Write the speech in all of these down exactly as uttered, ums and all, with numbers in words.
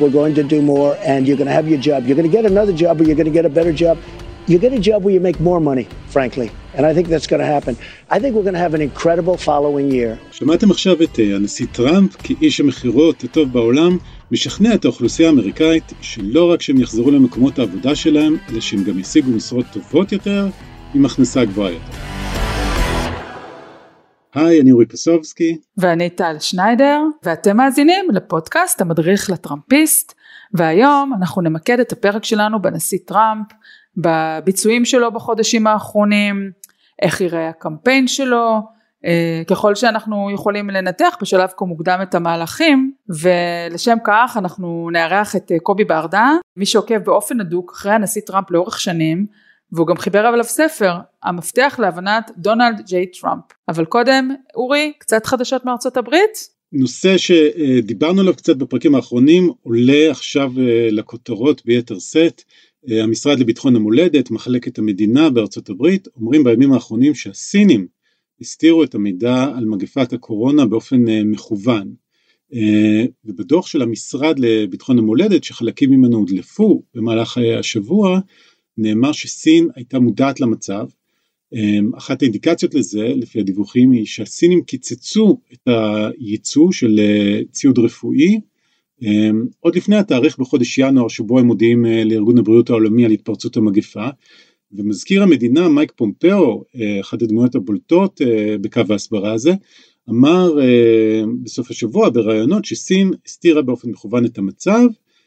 we're going to do more, and you're going to have your job. You're going to get another job, or you're going to get a better job. You get a job where you make more money, frankly. And I think that's going to happen. I think we're going to have an incredible following year. שמעתם עכשיו את הנשיא טראמפ כאיש המחירות הטוב בעולם, משכנע את האוכלוסייה האמריקאית שלא רק שהם יחזרו למקומות העבודה שלהם, אלא שהם גם ישיגו משרות טובות יותר עם הכנסה גבוהה יותר. היי, אני אורי פסובסקי. ואני טל שניידר, ואתם מאזינים לפודקאסט המדריך לטראמפיסט, והיום אנחנו נמקד את הפרק שלנו בנשיא טראמפ, בביצועים שלו בחודשים האחרונים, איך יראה הקמפיין שלו, ככל שאנחנו יכולים לנתח בשלב כה מוקדם את המהלכים, ולשם כך אנחנו נארח את קובי ברדה, מי שעוקב באופן הדוק אחרי הנשיא טראמפ לאורך שנים, והוא גם חיבר עליו ספר, המפתח להבנת דונלד ג'יי טראמפ. אבל קודם, אורי, קצת חדשות מארצות הברית? נושא שדיברנו עליו קצת בפרקים האחרונים, עולה עכשיו לכותרות ביתר סט. המשרד לביטחון המולדת, מחלקת המדינה בארצות הברית, אומרים בימים האחרונים שהסינים הסתירו את המידע על מגפת הקורונה באופן מכוון. ובדוח של המשרד לביטחון המולדת, שחלקים ממנו הודלפו במהלך השבוע, נאמר שסין הייתה מודעת למצב. אחת האינדיקציות לזה, לפי הדיווחים, היא שהסינים קיצצו את הייצוא של ציוד רפואי, עוד לפני התאריך בחודש ינואר שבו הם מודיעים לארגון הבריאות העולמי על התפרצות המגפה, ומזכיר המדינה מייק פומפאו, אחת הדמויות הבולטות בקו ההסברה הזה, אמר בסוף השבוע ברעיונות שסין הסתירה באופן מכוון את המצב,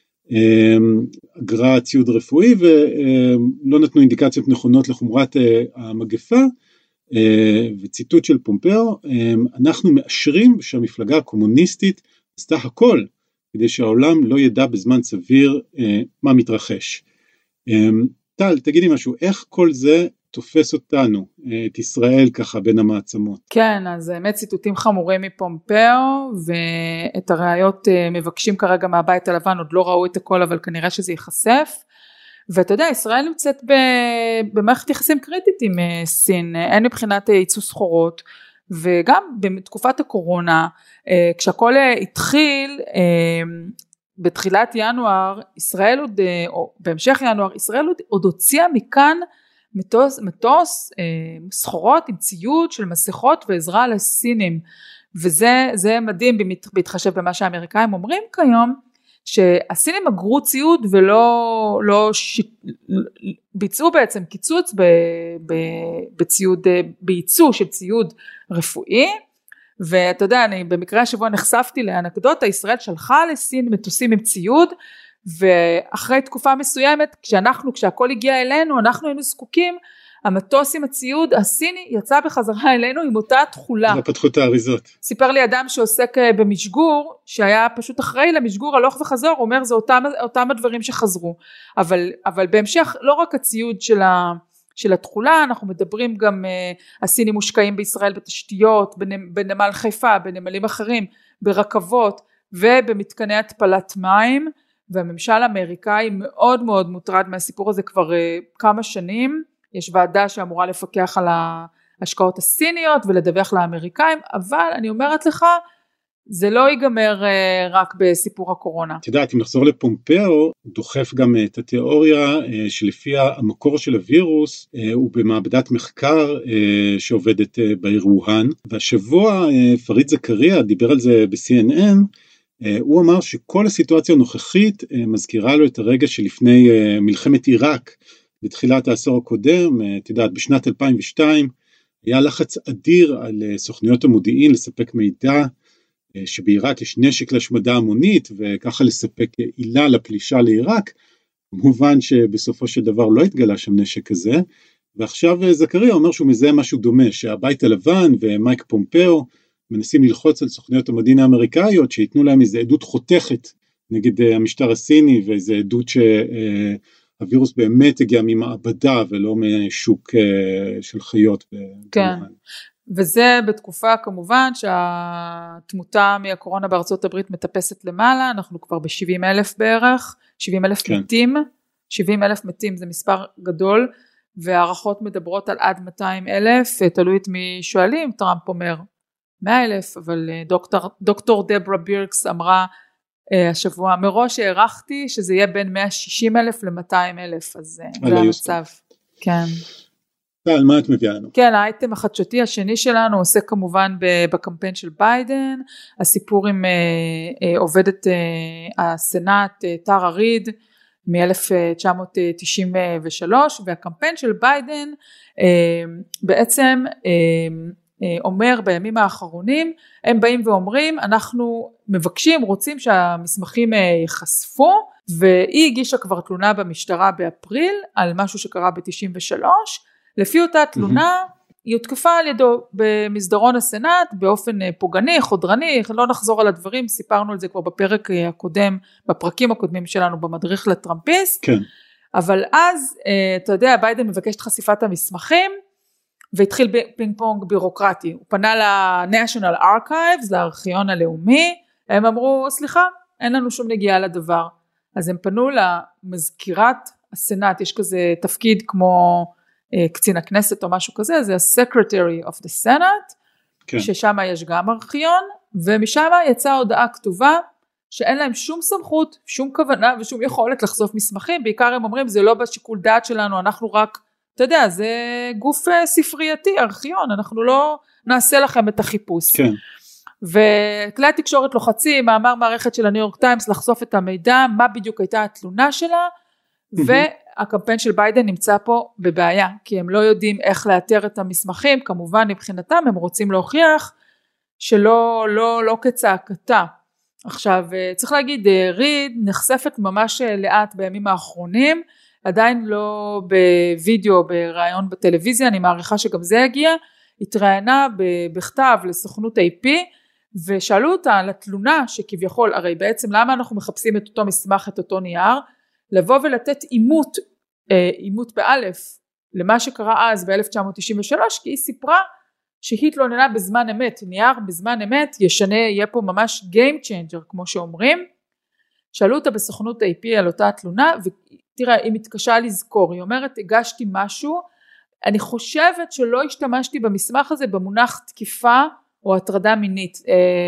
אגרה ציוד רפואי ולא נתנו אינדיקציות נכונות לחומרת המגפה, וציטוט של פומפאו, אנחנו מאשרים שהמפלגה הקומוניסטית עשתה הכל, כדי שהעולם לא ידע בזמן סביר אה, מה מתרחש. אה, טל, תגידי משהו, איך כל זה תופס אותנו, אה, את ישראל ככה בין המעצמות? כן, אז באמת ציטוטים חמורים מפומפאו, ואת הראיות אה, מבקשים כרגע מהבית הלבן, עוד לא ראו את הכל, אבל כנראה שזה ייחשף. ואתה יודע, ישראל נמצאת במערכת יחסים קריטית עם אה, סין, אין מבחינת ייצוא סחורות, וגם בתקופת הקורונה, כשהכל התחיל, בתחילת ינואר, ישראל עוד, או בהמשך ינואר, ישראל עוד, עוד הוציאה מכאן מטוס, מטוס סחורות עם ציוד של מסכות ועזרה לסינים, וזה זה מדהים בהתחשב במה שהאמריקאים אומרים כיום, שהסינים אגרו ציוד ולא לא ש... ביצעו בעצם קיצוץ ב... ב... בציוד, בייצוא של ציוד רפואי, ואתה יודע, אני במקרה השבוע נחשפתי לאנקדוטה, ישראל שלחה לסין מטוסים עם ציוד, ואחרי תקופה מסוימת, כשאנחנו, כשהכל הגיע אלינו, אנחנו היינו זקוקים, המטוס עם הציוד הסיני יצא בחזרה אלינו עם אותה תחולה. לא פתחו את האריזות. סיפר לי אדם שעוסק במשגור, שהיה פשוט אחראי למשגור הלוך וחזור, הוא אומר זה אותם, אותם הדברים שחזרו. אבל, אבל בהמשך לא רק הציוד של, ה, של התחולה, אנחנו מדברים גם, הסינים מושקעים בישראל בתשתיות, בנמל חיפה, בנמלים אחרים, ברכבות ובמתקני התפלת מים, והממשל האמריקאי מאוד מאוד מוטרד מהסיפור הזה כבר כמה שנים, יש ועדה שאמורה לפקח על ההשקעות הסיניות ולדווח לאמריקאים, אבל אני אומרת לך, זה לא ייגמר רק בסיפור הקורונה. את יודעת, אם נחזור לפומפאו, דוחף גם את התיאוריה שלפיה המקור של הווירוס הוא במעבדת מחקר שעובדת בעיר ווהאן, והשבוע פריד זכריה דיבר על זה ב-סי אן אן, הוא אמר שכל הסיטואציה הנוכחית מזכירה לו את הרגע שלפני מלחמת עיראק, בתחילת העשור הקודם, את יודעת, בשנת אלפיים ושתיים, היה לחץ אדיר על סוכניות המודיעין לספק מידע, שבעיראק יש נשק להשמדה המונית, וככה לספק עילה לפלישה לעיראק, כמובן שבסופו של דבר לא התגלה שם נשק כזה, ועכשיו זכריה אומר שהוא מזהה משהו דומה, שהבית הלבן ומייק פומפאו, מנסים ללחוץ על סוכניות המודיעין האמריקאיות, שיתנו להם איזו עדות חותכת, נגד המשטר הסיני, ואיזו עדות ש... הווירוס באמת הגיע ממעבדה ולא משוק של חיות. כן, וזה בתקופה כמובן שהתמותה מהקורונה בארצות הברית מטפסת למעלה, אנחנו כבר ב-שבעים אלף בערך, שבעים אלף כן. מתים, שבעים אלף מתים זה מספר גדול, והערכות מדברות על עד מאתיים אלף, תלוי את מי שואלים, טראמפ אומר מאה אלף, אבל דוקטור, דוקטור דברה בירקס אמרה השבוע, מראש הערכתי שזה יהיה בין מאה ושישים אלף ל-מאתיים אלף, אז זה המצב. כן. על מה את מביאה לנו? כן, האייטם החדשותי השני שלנו עושה כמובן בקמפיין של ביידן, הסיפור עם עובדת הסנאט טרה ריד מ-אלף תשע מאות תשעים ושלוש, והקמפיין של ביידן בעצם אומר בימים האחרונים, הם באים ואומרים, אנחנו מבקשים, רוצים שהמסמכים ייחשפו, והיא הגישה כבר תלונה במשטרה באפריל, על משהו שקרה ב-תשעים ושלוש, לפי אותה תלונה, היא הותקפה על ידו במסדרון הסנאט, באופן פוגעני, חודרני, לא נחזור על הדברים, סיפרנו על זה כבר בפרק הקודם, בפרקים הקודמים שלנו, במדריך לטראמפיסט, כן. אבל אז, אתה יודע, ביידן מבקש את חשיפת המסמכים, והתחיל פינג פונג בירוקרטי, הוא פנה ל-National Archives, לארכיון הלאומי, הם אמרו, סליחה, אין לנו שום נגיעה לדבר, אז הם פנו למזכירת הסנאט, יש כזה תפקיד כמו קצין הכנסת או משהו כזה, זה ה-Secretary of the Senate, כן. ששם יש גם ארכיון, ומשם יצאה הודעה כתובה, שאין להם שום סמכות, שום כוונה ושום יכולת לחשוף מסמכים, בעיקר הם אומרים, זה לא בשיקול דעת שלנו, אנחנו רק, אתה יודע, זה גוף ספרייתי, ארכיון, אנחנו לא נעשה לכם את החיפוש. כן. וכלי התקשורת לוחצים, מאמר מערכת של הניו יורק טיימס, לחשוף את המידע, מה בדיוק הייתה התלונה שלה, והקמפיין של ביידן נמצא פה בבעיה, כי הם לא יודעים איך לאתר את המסמכים, כמובן מבחינתם הם רוצים להוכיח, שלא לא, לא כצעקתה. עכשיו צריך להגיד, ריד נחשפת ממש לאט בימים האחרונים, עדיין לא בווידאו, ברעיון בטלוויזיה, אני מעריכה שגם זה הגיע, התראיינה בכתב לסוכנות איי פי, ושאלו אותה על התלונה שכביכול, הרי בעצם למה אנחנו מחפשים את אותו מסמך, את אותו נייר, לבוא ולתת אימות, אימות באלף, למה שקרה אז ב-אלף תשע מאות תשעים ושלוש, כי היא סיפרה שהיא התלוננה בזמן אמת, נייר בזמן אמת, ישנה, יהיה פה ממש game changer, כמו שאומרים, שאלו אותה בסוכנות איי פי על אותה התלונה, ותראה, היא מתקשה לזכור, היא אומרת, הגשתי משהו, אני חושבת שלא השתמשתי במסמך הזה, במונח תקיפה או הטרדה מינית,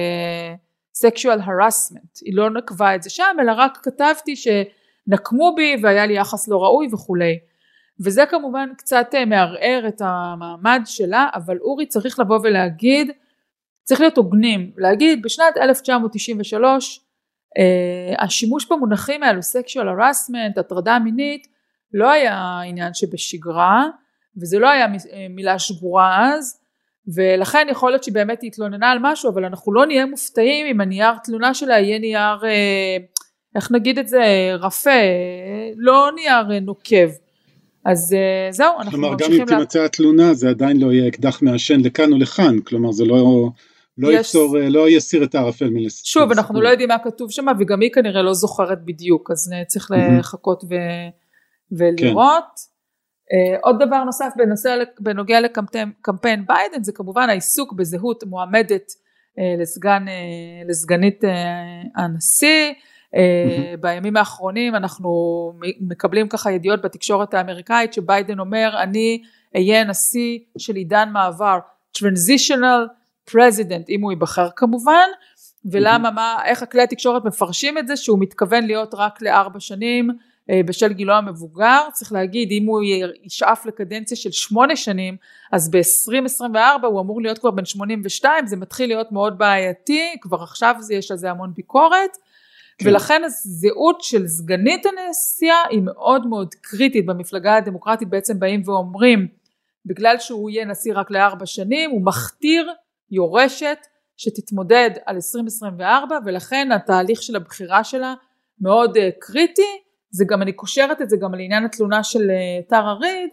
sexual harassment, היא לא נקבה את זה שם, אלא רק כתבתי שנקמו בי, והיה לי יחס לא ראוי וכולי, וזה כמובן קצת מערער את המעמד שלה, אבל אורי צריך לבוא ולהגיד, צריך להיות הוגנים, להגיד בשנת אלף תשע מאות תשעים ושלוש, השימוש במונחים האלו, sexual harassment, הטרדה מינית, לא היה עניין שבשגרה, וזה לא היה מילה שגורה אז, ולכן יכול להיות שבאמת היא התלוננה על משהו, אבל אנחנו לא נהיה מופתעים אם הנייר תלונה שלה יהיה נייר, איך נגיד את זה, רפה, לא נייר נוקב. אז זהו, אנחנו כלומר, גם אם תמצא התלונה, זה עדיין לא יהיה אקדח מעשן לכאן או לכאן, כלומר, זה לא, לא יש... ייצור, לא יסיר את הערפל מלספר. שוב, אנחנו לא יודעים מה כתוב שם, וגם היא כנראה לא זוכרת בדיוק, אז צריך לחכות ו... ולראות. כן. עוד דבר נוסף בנושא, בנוגע לקמפיין ביידן, זה כמובן העיסוק בזהות מועמדת לסגן, לסגנית הנשיא, Mm-hmm. בימים האחרונים אנחנו מקבלים ככה ידיעות בתקשורת האמריקאית שביידן אומר אני אהיה נשיא של עידן מעבר transitional president אם הוא ייבחר כמובן ולמה mm-hmm. מה איך הכלי התקשורת מפרשים את זה שהוא מתכוון להיות רק לארבע שנים בשל גילו המבוגר צריך להגיד אם הוא ישאף לקדנציה של שמונה שנים אז ב-עשרים עשרים וארבע הוא אמור להיות כבר בן שמונים ושתיים זה מתחיל להיות מאוד בעייתי כבר עכשיו זה יש לזה המון ביקורת ולכן הזהות של סגנית הנשיאה היא מאוד מאוד קריטית במפלגה הדמוקרטית בעצם באים ואומרים בגלל שהוא יהיה נשיא רק לארבע שנים הוא מכתיר יורשת שתתמודד על עשרים עשרים וארבע ולכן התהליך של הבחירה שלה מאוד קריטי זה גם אני קושרת את זה גם לעניין התלונה של טרה ריד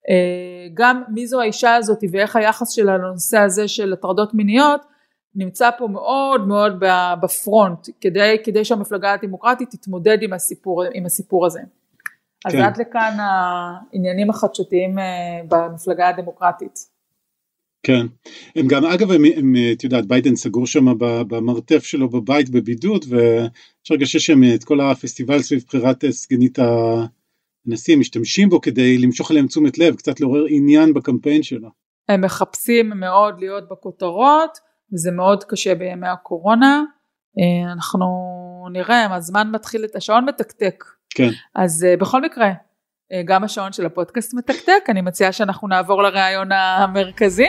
גם מי זו האישה הזאת ואיך היחס שלה לנושא הזה של הטרדות מיניות נמצא פה מאוד מאוד בפרונט, כדי, כדי שהמפלגה הדמוקרטית תתמודד עם הסיפור, עם הסיפור הזה. אז עד לכאן העניינים החדשותיים במפלגה הדמוקרטית. כן, הם גם אגב, הם, הם, את יודעת, ביידן סגור שם במרתף שלו בבית בבידוד, ויש הרגשה שהם את כל הפסטיבל סביב בחירת סגנית הנשיא, משתמשים בו כדי למשוך עליהם תשומת לב, קצת לעורר עניין בקמפיין שלו. הם מחפשים מאוד להיות בכותרות, וזה מאוד קשה בימי הקורונה, אנחנו נראה, הזמן מתחיל, את השעון מתקתק. כן. אז בכל מקרה, גם השעון של הפודקאסט מתקתק, אני מציעה שאנחנו נעבור לרעיון המרכזי.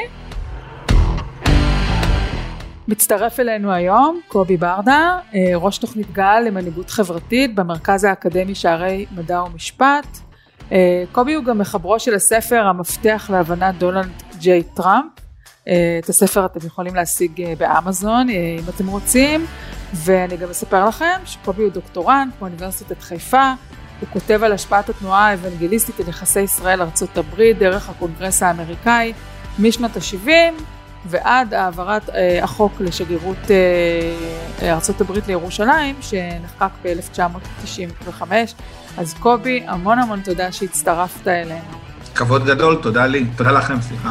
מצטרף אלינו היום קובי ברדה, ראש תוכנית גל למנהיגות חברתית במרכז האקדמי שערי מדע ומשפט. קובי הוא גם מחברו של הספר המפתח להבנת דונלד ג'יי טראמפ. את הספר אתם יכולים להשיג באמזון אם אתם רוצים, ואני גם אספר לכם שקובי הוא דוקטורנט באוניברסיטת חיפה. הוא כותב על השפעת התנועה האוונגליסטית על יחסי ישראל ארצות הברית דרך הקונגרס האמריקאי משנות ה-שבעים ועד העברת אה, החוק לשגרירות אה, ארצות הברית לירושלים שנחקק ב-אלף תשע מאות תשעים וחמש. אז קובי, המון המון תודה שהצטרפת אלינו. כבוד גדול, תודה לי, תודה לכם, סליחה.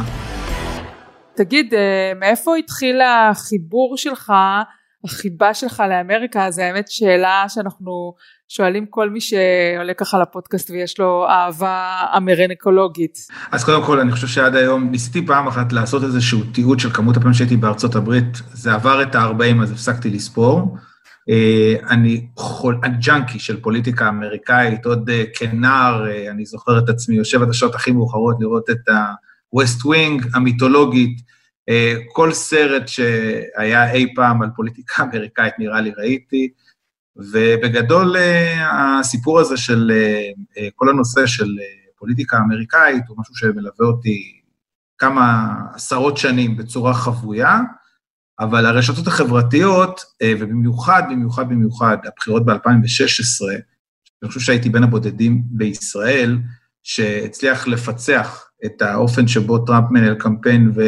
תגיד, אה, מאיפה התחיל החיבור שלך, החיבה שלך לאמריקה? זה האמת שאלה שאנחנו שואלים כל מי שעולה ככה לפודקאסט ויש לו אהבה אמריקולוגית. אז קודם כל, אני חושב שעד היום ניסיתי פעם אחת לעשות איזשהו תיעוד של כמות הפעמים שהייתי בארצות הברית, זה עבר את ה-ארבעים, אז הפסקתי לספור. אני חול, ג'אנקי של פוליטיקה אמריקאית, עוד כנער, אני זוכר את עצמי, יושב את השעות הכי מאוחרות לראות את ה-West Wing המיתולוגית, כל סרט שהיה אי פעם על פוליטיקה אמריקאית נראה לי ראיתי, ובגדול הסיפור הזה של כל הנושא של פוליטיקה אמריקאית הוא משהו שמלווה אותי כמה עשרות שנים בצורה חבויה, אבל הרשתות החברתיות, ובמיוחד, במיוחד, במיוחד, הבחירות ב-אלפיים ושש עשרה, אני חושב שהייתי בין הבודדים בישראל, שהצליח לפצח את האופן שבו טראמפ מנהל קמפיין ו...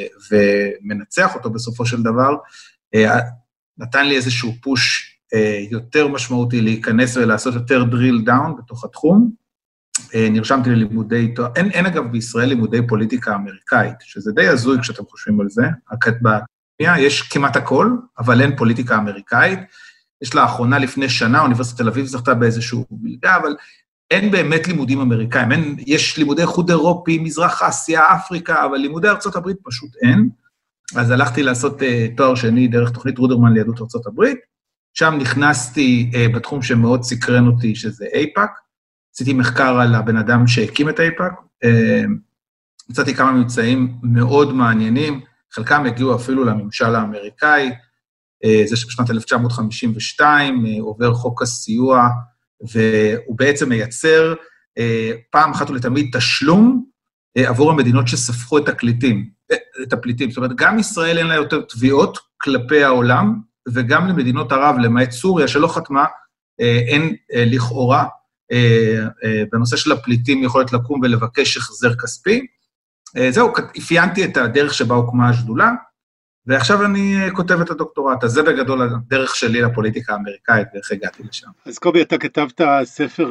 ומנצח אותו בסופו של דבר, נתן לי איזשהו פוש יותר משמעותי להיכנס ולעשות יותר drill down בתוך התחום. נרשמתי ללימודי, אין, אין אגב בישראל לימודי פוליטיקה אמריקאית, שזה די הזוי כשאתם חושבים על זה, באקדמיה יש כמעט הכל, אבל אין פוליטיקה אמריקאית, יש לאחרונה לפני שנה, אוניברסיטת תל אביב זכתה באיזשהו מלגה, אבל אין באמת לימודים אמריקאים, אין, יש לימודי איחוד אירופי, מזרח אסיה, אפריקה, אבל לימודי ארצות הברית פשוט אין, אז הלכתי לעשות uh, תואר שני דרך תוכנית רודרמן ליהדות ארצות הברית, שם נכנסתי uh, בתחום שמאוד סקרן אותי, שזה אייפאק, עשיתי מחקר על הבן אדם שהקים את אייפאק, uh, מצאתי כמה מבצעים מאוד מעניינים, חלקם הגיעו אפילו לממשל האמריקאי, uh, זה שבשנת אלף תשע מאות חמישים ושתיים, uh, עובר חוק הסיוע, והוא בעצם מייצר uh, פעם אחת ולתמיד תשלום, uh, עבור המדינות שספחו את הקליטים, את הפליטים, זאת אומרת, גם ישראל אין לה יותר תביעות כלפי העולם, וגם למדינות ערב, למעט סוריה, שלא חתמה, אין לכאורה, בנושא של הפליטים יכולת לקום ולבקש החזר כספי. זהו, אפיינתי את הדרך שבה הוקמה השדולה, ועכשיו אני כותב את הדוקטורט, אז זה בגדול הדרך שלי לפוליטיקה האמריקאית, ואיך הגעתי לשם. אז קובי, אתה כתבת ספר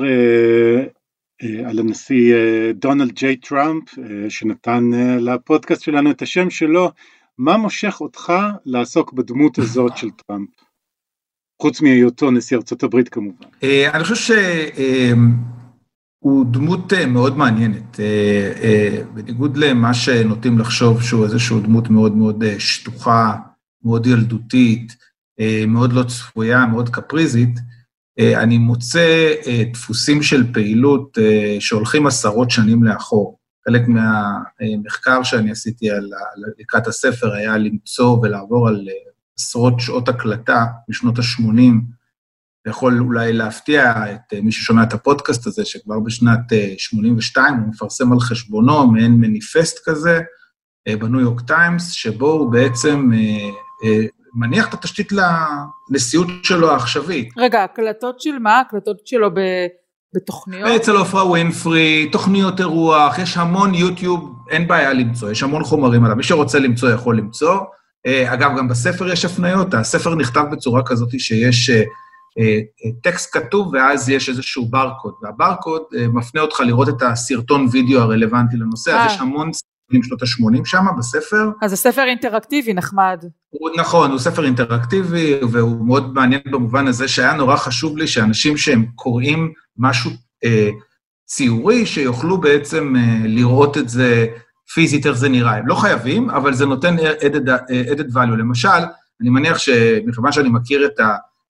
על הנשיא דונלד ג'יי טראמפ, שנתן לפודקאסט שלנו את השם שלו. מה מושך אותך לעסוק בדמות הזאת של טראמפ? חוץ מהיותו נשיא ארצות הברית כמובן. אני חושב שהוא דמות מאוד מעניינת, בניגוד למה שנוטים לחשוב שהוא איזשהו דמות מאוד מאוד שטוחה, מאוד ילדותית, מאוד לא צפויה, מאוד קפריזית, אני מוצא דפוסים של פעילות שהולכים עשרות שנים לאחור. חלק מהמחקר שאני עשיתי על לקראת הספר היה למצוא ולעבור על עשרות שעות הקלטה משנות ה-שמונים, ויכול אולי להפתיע את מי ששומע את הפודקאסט הזה, שכבר בשנת שמונים ושתיים הוא מפרסם על חשבונו, מעין מניפסט כזה, בניו יורק טיימס, שבו הוא בעצם מניח את התשתית לנשיאות שלו העכשווית. רגע, הקלטות של מה? הקלטות שלו ב... בתוכניות? אצל אופרה ווינפרי, תוכניות אירוח, יש המון יוטיוב, אין בעיה למצוא, יש המון חומרים עליו, מי שרוצה למצוא יכול למצוא, אגב גם בספר יש הפניות, הספר נכתב בצורה כזאת שיש טקסט כתוב ואז יש איזשהו ברקוד, והברקוד מפנה אותך לראות את הסרטון וידאו הרלוונטי לנושא, אז יש המון סרטונים שנות ה-שמונים שם בספר. אז הספר אינטראקטיבי נחמד. נכון, הוא ספר אינטראקטיבי, והוא מאוד מעניין במובן הזה שהיה נורא חשוב לי שאנשים שהם קוראים משהו אה, ציורי, שיוכלו בעצם אה, לראות את זה פיזית, איך זה נראה. הם לא חייבים, אבל זה נותן added, added value. למשל, אני מניח שמכיוון שאני מכיר את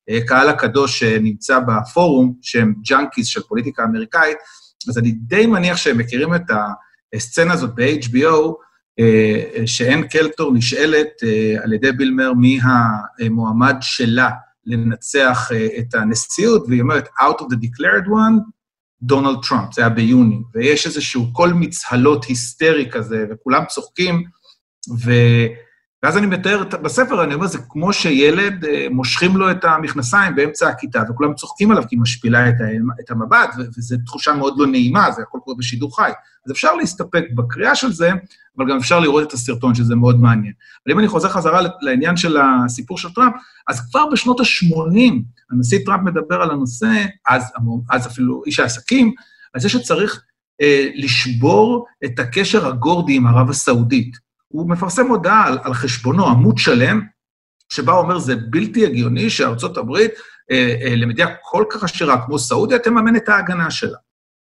קהל הקדוש שנמצא בפורום, שהם ג'אנקיז של פוליטיקה אמריקאית, אז אני די מניח שהם מכירים את הסצנה הזאת ב-אייץ' בי או, שאין קלטור נשאלת על ידי בילמר מי המועמד שלה לנצח את הנשיאות, והיא אומרת, out of the declared one, דונלד טראמפ, זה היה ביוני, ויש איזשהו כל מצהלות היסטרי כזה, וכולם צוחקים, ו... ואז אני מתאר בספר, אני אומר, זה כמו שילד מושכים לו את המכנסיים באמצע הכיתה, וכולם צוחקים עליו כי היא משפילה את המבט, וזו תחושה מאוד לא נעימה, זה הכל קורה בשידור חי. אז אפשר להסתפק בקריאה של זה, אבל גם אפשר לראות את הסרטון שזה מאוד מעניין. אבל אם אני חוזר חזרה לעניין של הסיפור של טראמפ, אז כבר בשנות ה-שמונים, הנשיא טראמפ מדבר על הנושא, אז, אז אפילו איש העסקים, על זה שצריך אה, לשבור את הקשר הגורדי עם ערב הסעודית. הוא מפרסם הודעה על, על חשבונו, עמוד שלם, שבה הוא אומר, זה בלתי הגיוני שארצות הברית, אה, אה, למדינה כל כך עשירה כמו סעודיה, תממן את ההגנה שלה.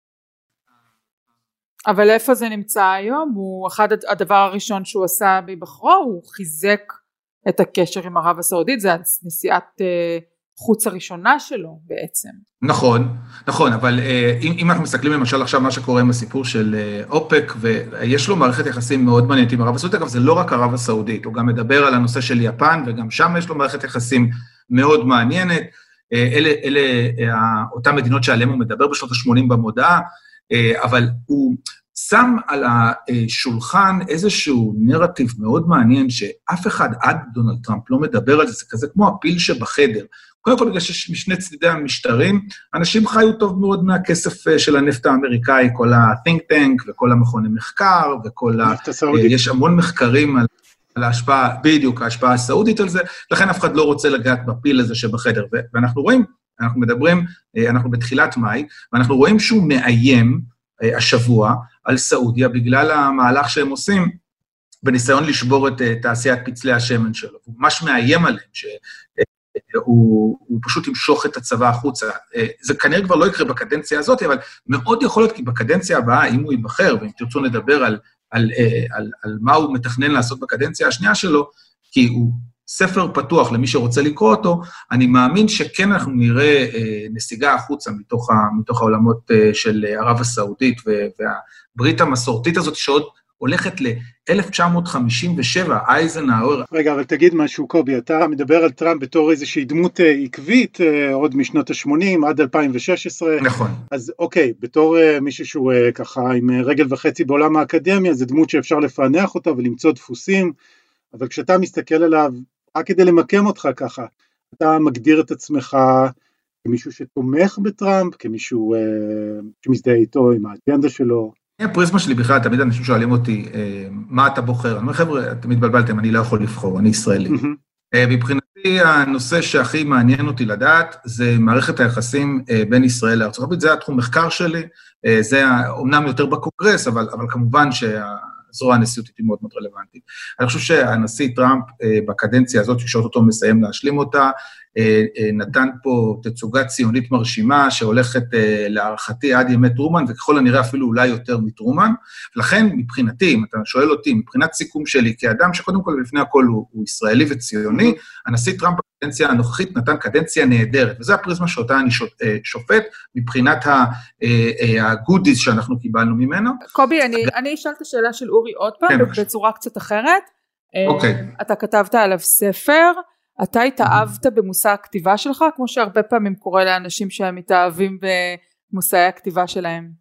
אבל איפה זה נמצא היום? הוא אחד הדבר הראשון שהוא עשה בבחרו, הוא חיזק את הקשר עם ערב הסעודית, זה נסיעת אה, חוץ הראשונה שלו בעצם. נכון, נכון, אבל אה, אם, אם אנחנו מסתכלים למשל עכשיו מה שקורה עם הסיפור של אה, אופק, ויש לו מערכת יחסים מאוד מעניינת עם ערב הסעודית, אגב זה לא רק ערב הסעודית, הוא גם מדבר על הנושא של יפן, וגם שם יש לו מערכת יחסים מאוד מעניינת, אה, אלה, אלה אה, אותן מדינות שעליהן הוא מדבר בשנות ה-שמונים במודעה, אה, אבל הוא שם על השולחן איזשהו נרטיב מאוד מעניין, שאף אחד עד דונלד טראמפ לא מדבר על זה, זה כזה כמו הפיל שבחדר. קודם כל, בגלל שיש משני צדדי המשטרים, אנשים חיו טוב מאוד מהכסף של הנפט האמריקאי, כל ה-think tank וכל המכוני מחקר, וכל ה... יש המון מחקרים על, על ההשפעה, בדיוק, ההשפעה הסעודית על זה, לכן אף אחד לא רוצה לגעת בפיל הזה שבחדר, ואנחנו רואים, אנחנו מדברים, אנחנו בתחילת מאי, ואנחנו רואים שהוא מאיים, השבוע על סעודיה, בגלל המהלך שהם עושים, בניסיון לשבור את תעשיית פצלי השמן שלו. הוא ממש מאיים עליהם, שהוא פשוט ימשוך את הצבא החוצה. זה כנראה כבר לא יקרה בקדנציה הזאת, אבל מאוד יכול להיות, כי בקדנציה הבאה, אם הוא ייבחר, ואם תרצו לדבר על, על, על, על מה הוא מתכנן לעשות בקדנציה השנייה שלו, כי הוא ספר פתוח למי שרוצה לקרוא אותו, אני מאמין שכן אנחנו נראה אה, נסיגה החוצה מתוך, ה, מתוך העולמות אה, של ערב הסעודית, והברית המסורתית הזאת שעוד הולכת ל-אלף תשע מאות חמישים ושבע, אייזנהאואר. רגע, אבל תגיד משהו, קובי, אתה מדבר על טראמפ בתור איזושהי דמות אה, עקבית, אה, עוד משנות ה-שמונים עד אלפיים ושש עשרה. נכון. אז אוקיי, בתור אה, מישהו שהוא אה, ככה עם אה, רגל וחצי בעולם האקדמיה, זה דמות שאפשר לפענח אותה ולמצוא דפוסים, אבל כשאתה מסתכל עליו, רק כדי למקם אותך ככה, אתה מגדיר את עצמך כמישהו שתומך בטראמפ, כמישהו אה, שמזדהה איתו עם האג'נדה שלו. הפריזמה שלי בכלל, תמיד אנשים שואלים אותי, אה, מה אתה בוחר? אני אומר, חבר'ה, אתם מתבלבלתם, אני לא יכול לבחור, אני ישראלי. Mm-hmm. אה, מבחינתי, הנושא שהכי מעניין אותי לדעת, זה מערכת היחסים אה, בין ישראל לארצות הברית, זה התחום מחקר שלי, אה, זה אומנם יותר בקונגרס, אבל, אבל כמובן שה... זרוע הנשיאותית היא מאוד מאוד רלוונטית. אני חושב שהנשיא טראמפ בקדנציה הזאת, ששעות אותו מסיים להשלים אותה, נתן פה תצוגה ציונית מרשימה, שהולכת להערכתי עד ימי טרומן, וככל הנראה אפילו אולי יותר מטרומן, ולכן מבחינתי, אם אתה שואל אותי, מבחינת סיכום שלי, כאדם שקודם כל לפני הכל הוא, הוא ישראלי וציוני, הנשיא טראמפ בקדנציה הנוכחית נתן קדנציה נהדרת, וזו הפריזמה שאותה אני שופט, מבחינת הגודיז שאנחנו קיבלנו ממנו. קובי, אני, אני אשאל את השאלה של אורי עוד פעם, כן, בצורה קצת אחרת. אוקיי. אתה כתבת עליו ספר, אתה התאהבת במושא הכתיבה שלך, כמו שהרבה פעמים קורה לאנשים שהם מתאהבים במושאי הכתיבה שלהם.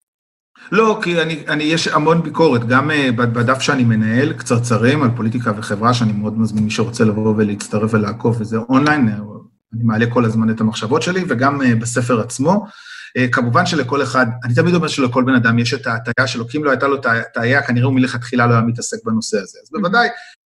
לא, כי אני, אני, יש המון ביקורת, גם uh, בדף שאני מנהל, קצרצרים על פוליטיקה וחברה, שאני מאוד מזמין מי שרוצה לבוא ולהצטרף ולעקוב, וזה אונליין, אני מעלה כל הזמן את המחשבות שלי, וגם uh, בספר עצמו. Uh, כמובן שלכל אחד, אני תמיד אומר שלכל בן אדם יש את ההטיה שלו, כי אם לא הייתה לו את ההטיה, כנראה הוא מלכתחילה לא היה מתעסק בנושא הזה. אז בוודאי,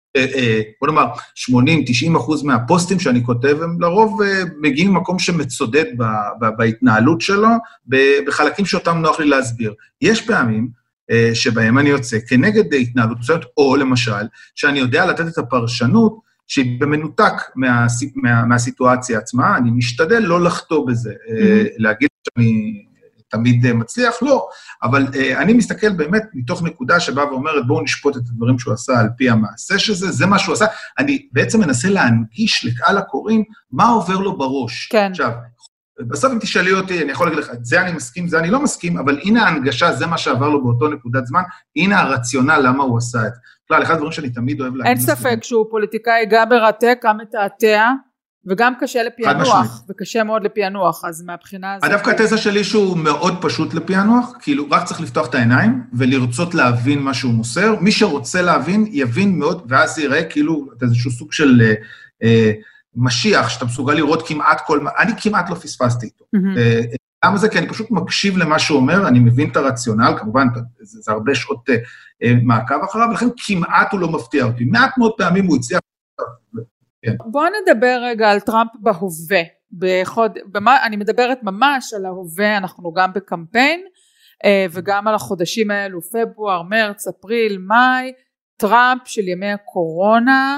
בוא נאמר, שמונים תשעים אחוז מהפוסטים שאני כותב, הם לרוב מגיעים ממקום שמצודד בהתנהלות שלו, בחלקים שאותם נוח לי להסביר. יש פעמים שבהם אני יוצא כנגד התנהלות, או למשל, שאני יודע לתת את הפרשנות, שהיא במנותק מהסיטואציה עצמה, אני משתדל לא לחטוא בזה, להגיד שאני תמיד מצליח, לא, אבל אני מסתכל באמת מתוך נקודה שבה ואומרת, בואו נשפוט את הדברים שהוא עשה על פי המעשה שזה, זה מה שהוא עשה, אני בעצם מנסה להנגיש לקהל הקוראים, מה עובר לו בראש. כן. עכשיו, בסוף אם תשאלי אותי, אני יכול להגיד לך, זה אני מסכים, זה אני לא מסכים, אבל הנה ההנגשה, זה מה שעבר לו באותו נקודת זמן, הנה הרציונל למה הוא עשה את זה. כלל, אחד הדברים שאני תמיד אוהב להגיד. אין ספק שהוא פוליטיקאי גם מרתק, גם מתעתע, וגם קשה לפענוח, וקשה מאוד לפענוח, אז מהבחינה הזאת... דווקא התזה שלי שהוא מאוד פשוט לפענוח, כאילו רק צריך לפתוח את העיניים, ולרצות להבין מה שהוא מוסר, מי שרוצה להבין, יבין מאוד, ואז יראה כאילו איזשהו סוג של אה, אה, משיח, שאתה מסוגל לראות כמעט כל... אני כמעט לא פספסתי איתו. Mm-hmm. אה, למה זה? כי אני פשוט מקשיב למה שהוא אומר, אני מבין את הרציונל, כמובן, זה, זה הרבה שעות אה, אה, מעקב אחריו, ולכן כמעט הוא לא מפתיע אותי. מעט מאוד פעמים הוא הצליח... כן. בואו נדבר רגע על טראמפ בהווה, בחוד... במה... אני מדברת ממש על ההווה, אנחנו גם בקמפיין, אה, וגם על החודשים האלו, פברואר, מרץ, אפריל, מאי, טראמפ של ימי הקורונה,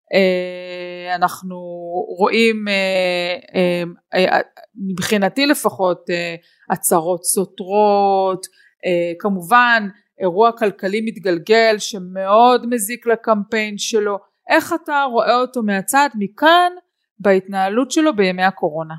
אה, אנחנו רואים, אה, אה, אה, מבחינתי לפחות, אה, הצהרות סותרות, אה, כמובן אירוע כלכלי מתגלגל שמאוד מזיק לקמפיין שלו, איך אתה רואה אותו מהצד מכאן בהתנהלות שלו בימי הקורונה?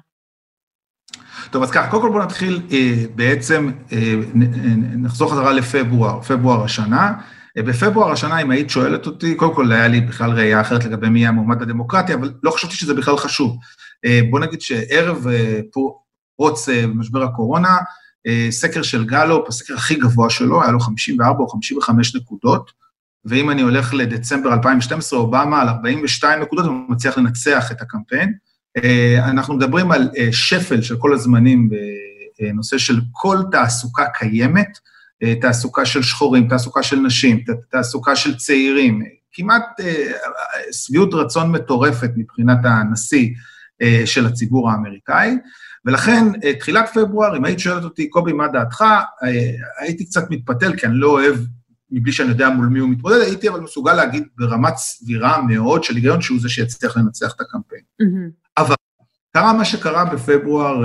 טוב, אז ככה, קודם כל בוא נתחיל אה, בעצם, אה, נחזור חזרה לפברואר, פברואר השנה. אה, בפברואר השנה, אם היית שואלת אותי, קודם כל היה לי בכלל ראייה אחרת לגבי מי המועמד הדמוקרטי, אבל לא חשבתי שזה בכלל חשוב. אה, בוא נגיד שערב אה, פרוץ אה, במשבר הקורונה, אה, סקר של גלופ, הסקר הכי גבוה שלו, היה לו חמישים וארבע או חמישים וחמש נקודות, ואם אני הולך לדצמבר אלפיים ושתים עשרה, אובמה על ארבעים ושתיים נקודות, הוא מצליח לנצח את הקמפיין. אנחנו מדברים על שפל של כל הזמנים בנושא של כל תעסוקה קיימת, תעסוקה של שחורים, תעסוקה של נשים, תעסוקה של צעירים, כמעט סביעות רצון מטורפת מבחינת הנשיא של הציבור האמריקאי, ולכן תחילת פברואר, אם היית שואלת אותי, קובי, מה דעתך? הייתי קצת מתפתל, כי אני לא אוהב, מבלי שאני יודע מול מי הוא מתמודד, הייתי אבל מסוגל להגיד ברמת סבירה מאוד של היגיון שהוא זה שיצליח לנצח את הקמפיין. Mm-hmm. אבל קרה מה שקרה בפברואר,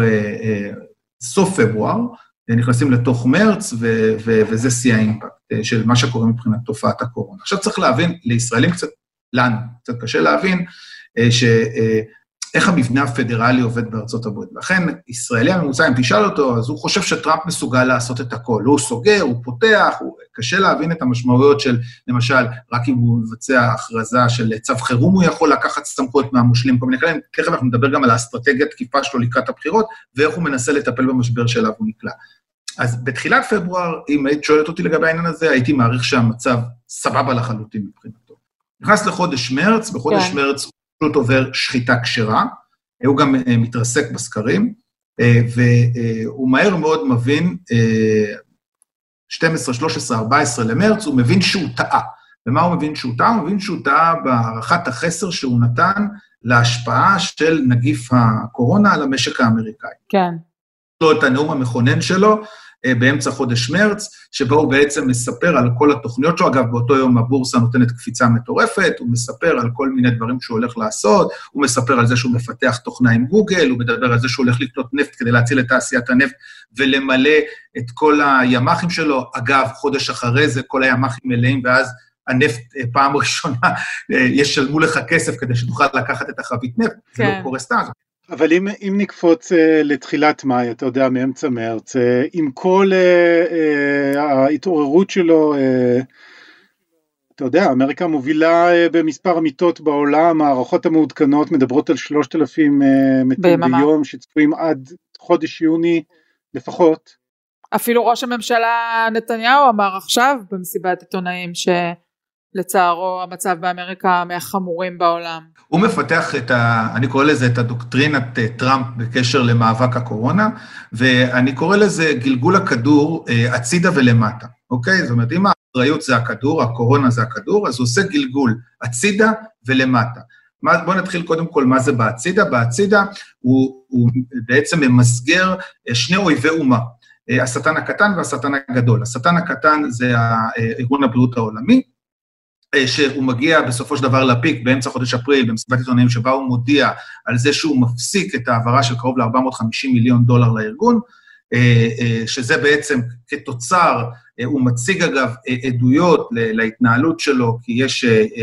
סוף פברואר, נכנסים לתוך מרץ, ו- ו- וזה שיא האימפקט של מה שקורה מבחינת תופעת הקורונה. עכשיו צריך להבין, לישראלים קצת, לנו, קצת קשה להבין, ש... איך המבנה הפדרלי עובד בארצות הברית. לכן, ישראלי הממוצע, אם תשאל אותו, אז הוא חושב שטראמפ מסוגל לעשות את הכל. הוא סוגר, הוא פותח, הוא קשה להבין את המשמעויות של, למשל, רק אם הוא מבצע הכרזה של צו חירום, הוא יכול לקחת סמכויות מהמושלים, כל מיני כאלה. תכף אנחנו נדבר גם על האסטרטגיית תקיפה שלו לקראת הבחירות, ואיך הוא מנסה לטפל במשבר שאליו הוא נקלע. אז בתחילת פברואר, אם היית שואלת אותי לגבי העניין הזה, הייתי מעריך שהמצב סבבה לחלוטין מבחינתו. נכנס לחודש מרץ, בחודש כן. מרץ פשוט עובר שחיטה כשרה, הוא גם מתרסק בסקרים, והוא מהר מאוד מבין, שתים עשרה, שלוש עשרה, ארבע עשרה למרץ, הוא מבין שהוא טעה. ומה הוא מבין שהוא טעה? הוא מבין שהוא טעה בהערכת החסר שהוא נתן להשפעה של נגיף הקורונה על המשק האמריקאי. כן. לו את הנאום המכונן שלו, באמצע חודש מרץ, שבו הוא בעצם מספר על כל התוכניות שלו, אגב, באותו יום הבורסה נותנת קפיצה מטורפת, הוא מספר על כל מיני דברים שהוא הולך לעשות, הוא מספר על זה שהוא מפתח תוכנה עם גוגל, הוא מדבר על זה שהוא הולך לקנות נפט כדי להציל את תעשיית הנפט, ולמלא את כל הימחים שלו, אגב, חודש אחרי זה, כל הימחים מלאים, ואז הנפט פעם ראשונה, ישלמו לך כסף כדי שתוכל לקחת את החבית נפט, זה לא קורה סתם. אבל אם, אם נקפוץ uh, לתחילת מאי, אתה יודע, מאמצע מרץ, uh, עם כל uh, uh, ההתעוררות שלו, uh, אתה יודע, אמריקה מובילה uh, במספר המיטות בעולם, הערכות המעודכנות מדברות על שלושת אלפים uh, מתים ביום, שצפויים עד חודש יוני לפחות. אפילו ראש הממשלה נתניהו אמר עכשיו במסיבת עיתונאים ש... לצערו המצב באמריקה מהחמורים בעולם. הוא מפתח את ה... אני קורא לזה את הדוקטרינת טראמפ בקשר למאבק הקורונה, ואני קורא לזה גלגול הכדור הצידה ולמטה, אוקיי? זאת אומרת, אם האחריות זה הכדור, הקורונה זה הכדור, אז הוא עושה גלגול הצידה ולמטה. בואו נתחיל קודם כל מה זה בהצידה. בהצידה הוא, הוא בעצם ממסגר שני אויבי אומה, השטן הקטן והשטן הגדול. השטן הקטן זה ארגון הבריאות העולמי, שהוא מגיע בסופו של דבר לפיק באמצע חודש אפריל, במסיבת עיתונאים שבה הוא מודיע על זה שהוא מפסיק את העברה של קרוב ל-ארבע מאות וחמישים מיליון דולר לארגון, שזה בעצם כתוצר, הוא מציג אגב עדויות להתנהלות שלו, כי יש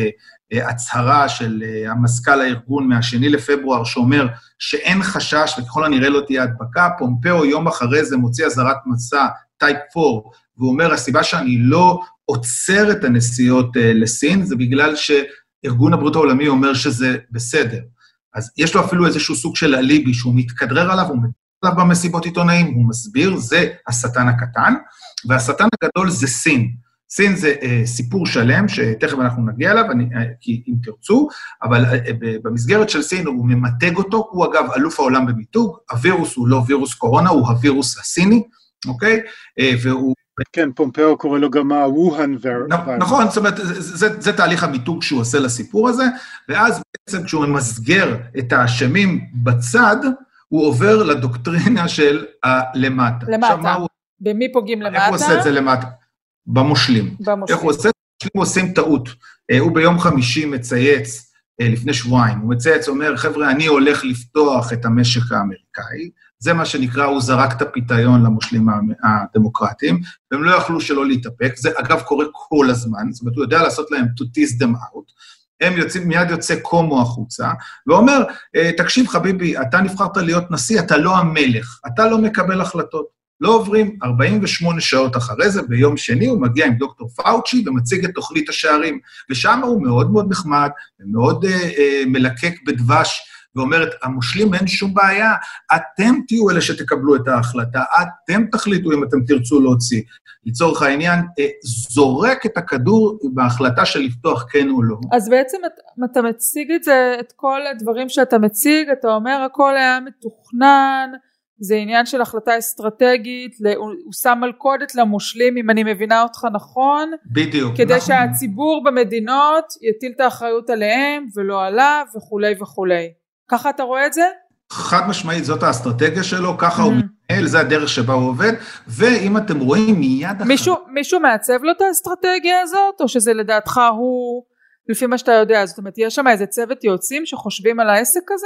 הצהרה של המזכ"ל הארגון מהשני לפברואר, שאומר שאין חשש וככל הנראה לא תהיה הדבקה, פומפאו יום אחרי זה מוציא אזהרת מסע טייפ ארבע, והוא אומר, הסיבה שאני לא עוצר את הנסיעות לסין, זה בגלל שארגון הבריאות העולמי אומר שזה בסדר. אז יש לו אפילו איזשהו סוג של אליבי, שהוא מתכדרר עליו, הוא מדבר עליו במסיבות עיתונאים, הוא מסביר, זה השטן הקטן, והשטן הגדול זה סין. סין זה אה, סיפור שלם, שתכף אנחנו נגיע אליו, אני, אה, כי אם תרצו, אבל אה, במסגרת של סין הוא ממתג אותו, הוא אגב אלוף העולם במיתוג, הווירוס הוא לא וירוס קורונה, הוא הווירוס הסיני, אוקיי? אה, והוא... כן, פומפאו קורא לו גם הווהאן וירוס. נכון, זאת אומרת, זה, זה, זה תהליך המיתוג שהוא עושה לסיפור הזה, ואז בעצם כשהוא ממסגר את האשמים בצד, הוא עובר לדוקטרינה של הלמטה. למטה. הוא... במי פוגעים למטה? איך הוא עושה את זה למטה? במושלים. במושלים. איך הוא עושה את זה? הם עושים טעות. הוא ביום חמישי מצייץ, לפני שבועיים, הוא מצייץ, אומר, חבר'ה, אני הולך לפתוח את המשק האמריקאי, זה מה שנקרא, הוא זרק את הפיתיון למושלים הדמוקרטיים, והם לא יכלו שלא להתאפק, זה אגב קורה כל הזמן, זאת אומרת, הוא יודע לעשות להם to tease them out, הם יוצאים, מיד יוצא קומו החוצה, ואומר, תקשיב חביבי, אתה נבחרת להיות נשיא, אתה לא המלך, אתה לא מקבל החלטות. לא עוברים ארבעים ושמונה שעות אחרי זה, ביום שני הוא מגיע עם דוקטור פאוצ'י, ומציג את תוכנית השערים, ושם הוא מאוד מאוד נחמד, ומאוד אה, אה, מלקק בדבש, ואומרת, המושלים אין שום בעיה, אתם תהיו אלה שתקבלו את ההחלטה, אתם תחליטו אם אתם תרצו להוציא. לצורך העניין, אה, זורק את הכדור בהחלטה של לפתוח כן או לא. אז בעצם את, אתה מציג את זה, את כל הדברים שאתה מציג, אתה אומר, הכל היה מתוכנן, זה עניין של החלטה אסטרטגית, הוא שם מלכודת למושלים, אם אני מבינה אותך נכון. בדיוק. כדי נכון. שהציבור במדינות יטיל את האחריות עליהם, ולא עליו, וכולי וכולי. ככה אתה רואה את זה? חד משמעית, זאת האסטרטגיה שלו, ככה הוא מתנהל, זה הדרך שבה הוא עובד, ואם אתם רואים מיד אחר... מישהו, מישהו מעצב לו את האסטרטגיה הזאת, או שזה לדעתך הוא... לפי מה שאתה יודע, זאת אומרת, יש שם איזה צוות יועצים שחושבים על העסק הזה,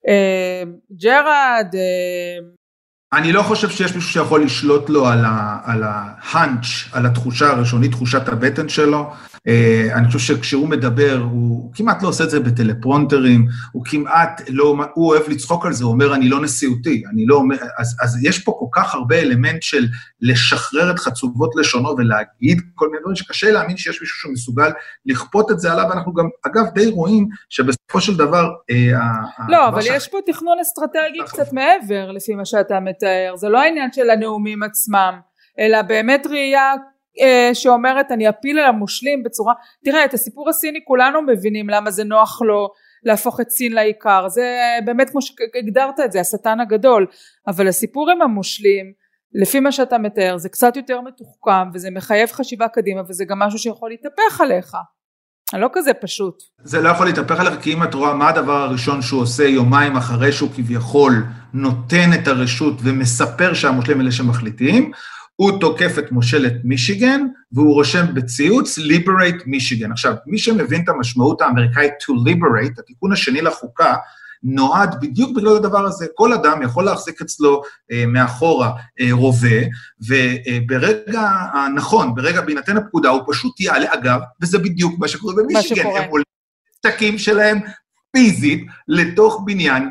ג'רד, אני לא חושב שיש מישהו שיכול לשלוט לו על ההאנץ', על התחושה הראשונית, תחושת הבטן שלו, אני חושב שכשהוא מדבר, הוא כמעט לא עושה את זה בטלפרונטרים, הוא כמעט לא, הוא אוהב לצחוק על זה, הוא אומר, אני לא נשיאותי, אני לא אומר, אז, אז יש פה כל כך הרבה אלמנט של לשחרר את חצובות לשונו ולהגיד כל מיני דברים, שקשה להאמין שיש מישהו שמסוגל לכפות את זה עליו, ואנחנו גם, אגב, די רואים שבסופו של דבר... לא, אבל יש פה תכנון אסטרטגי קצת מעבר, לפי מה שאתה מתאר, זה לא העניין של הנאומים עצמם, אלא באמת ראייה, שאומרת אני אפיל על המושלים בצורה, תראה את הסיפור הסיני כולנו מבינים למה זה נוח לו להפוך את סין לעיקר, זה באמת כמו שהגדרת את זה, השטן הגדול, אבל הסיפור עם המושלים, לפי מה שאתה מתאר, זה קצת יותר מתוחכם, וזה מחייב חשיבה קדימה, וזה גם משהו שיכול להתהפך עליך, לא כזה פשוט. זה לא יכול להתהפך עליך, כי אם את רואה מה הדבר הראשון שהוא עושה יומיים אחרי שהוא כביכול נותן את הרשות, ומספר שהמושלים אלה שמחליטים, הוא תוקף את מושלת מישיגן, והוא רושם בציוץ, liberate מישיגן. עכשיו, מי שמבין את המשמעות האמריקאית to liberate, התיקון השני לחוקה, נועד בדיוק בגלל הדבר הזה. כל אדם יכול להחזיק אצלו אה, מאחורה אה, רובה, וברגע הנכון, ברגע בהינתן הפקודה, הוא פשוט יעלה אגב, וזה בדיוק מה שקורה במישיגן. הם עולים שקים שלהם פיזית לתוך בניין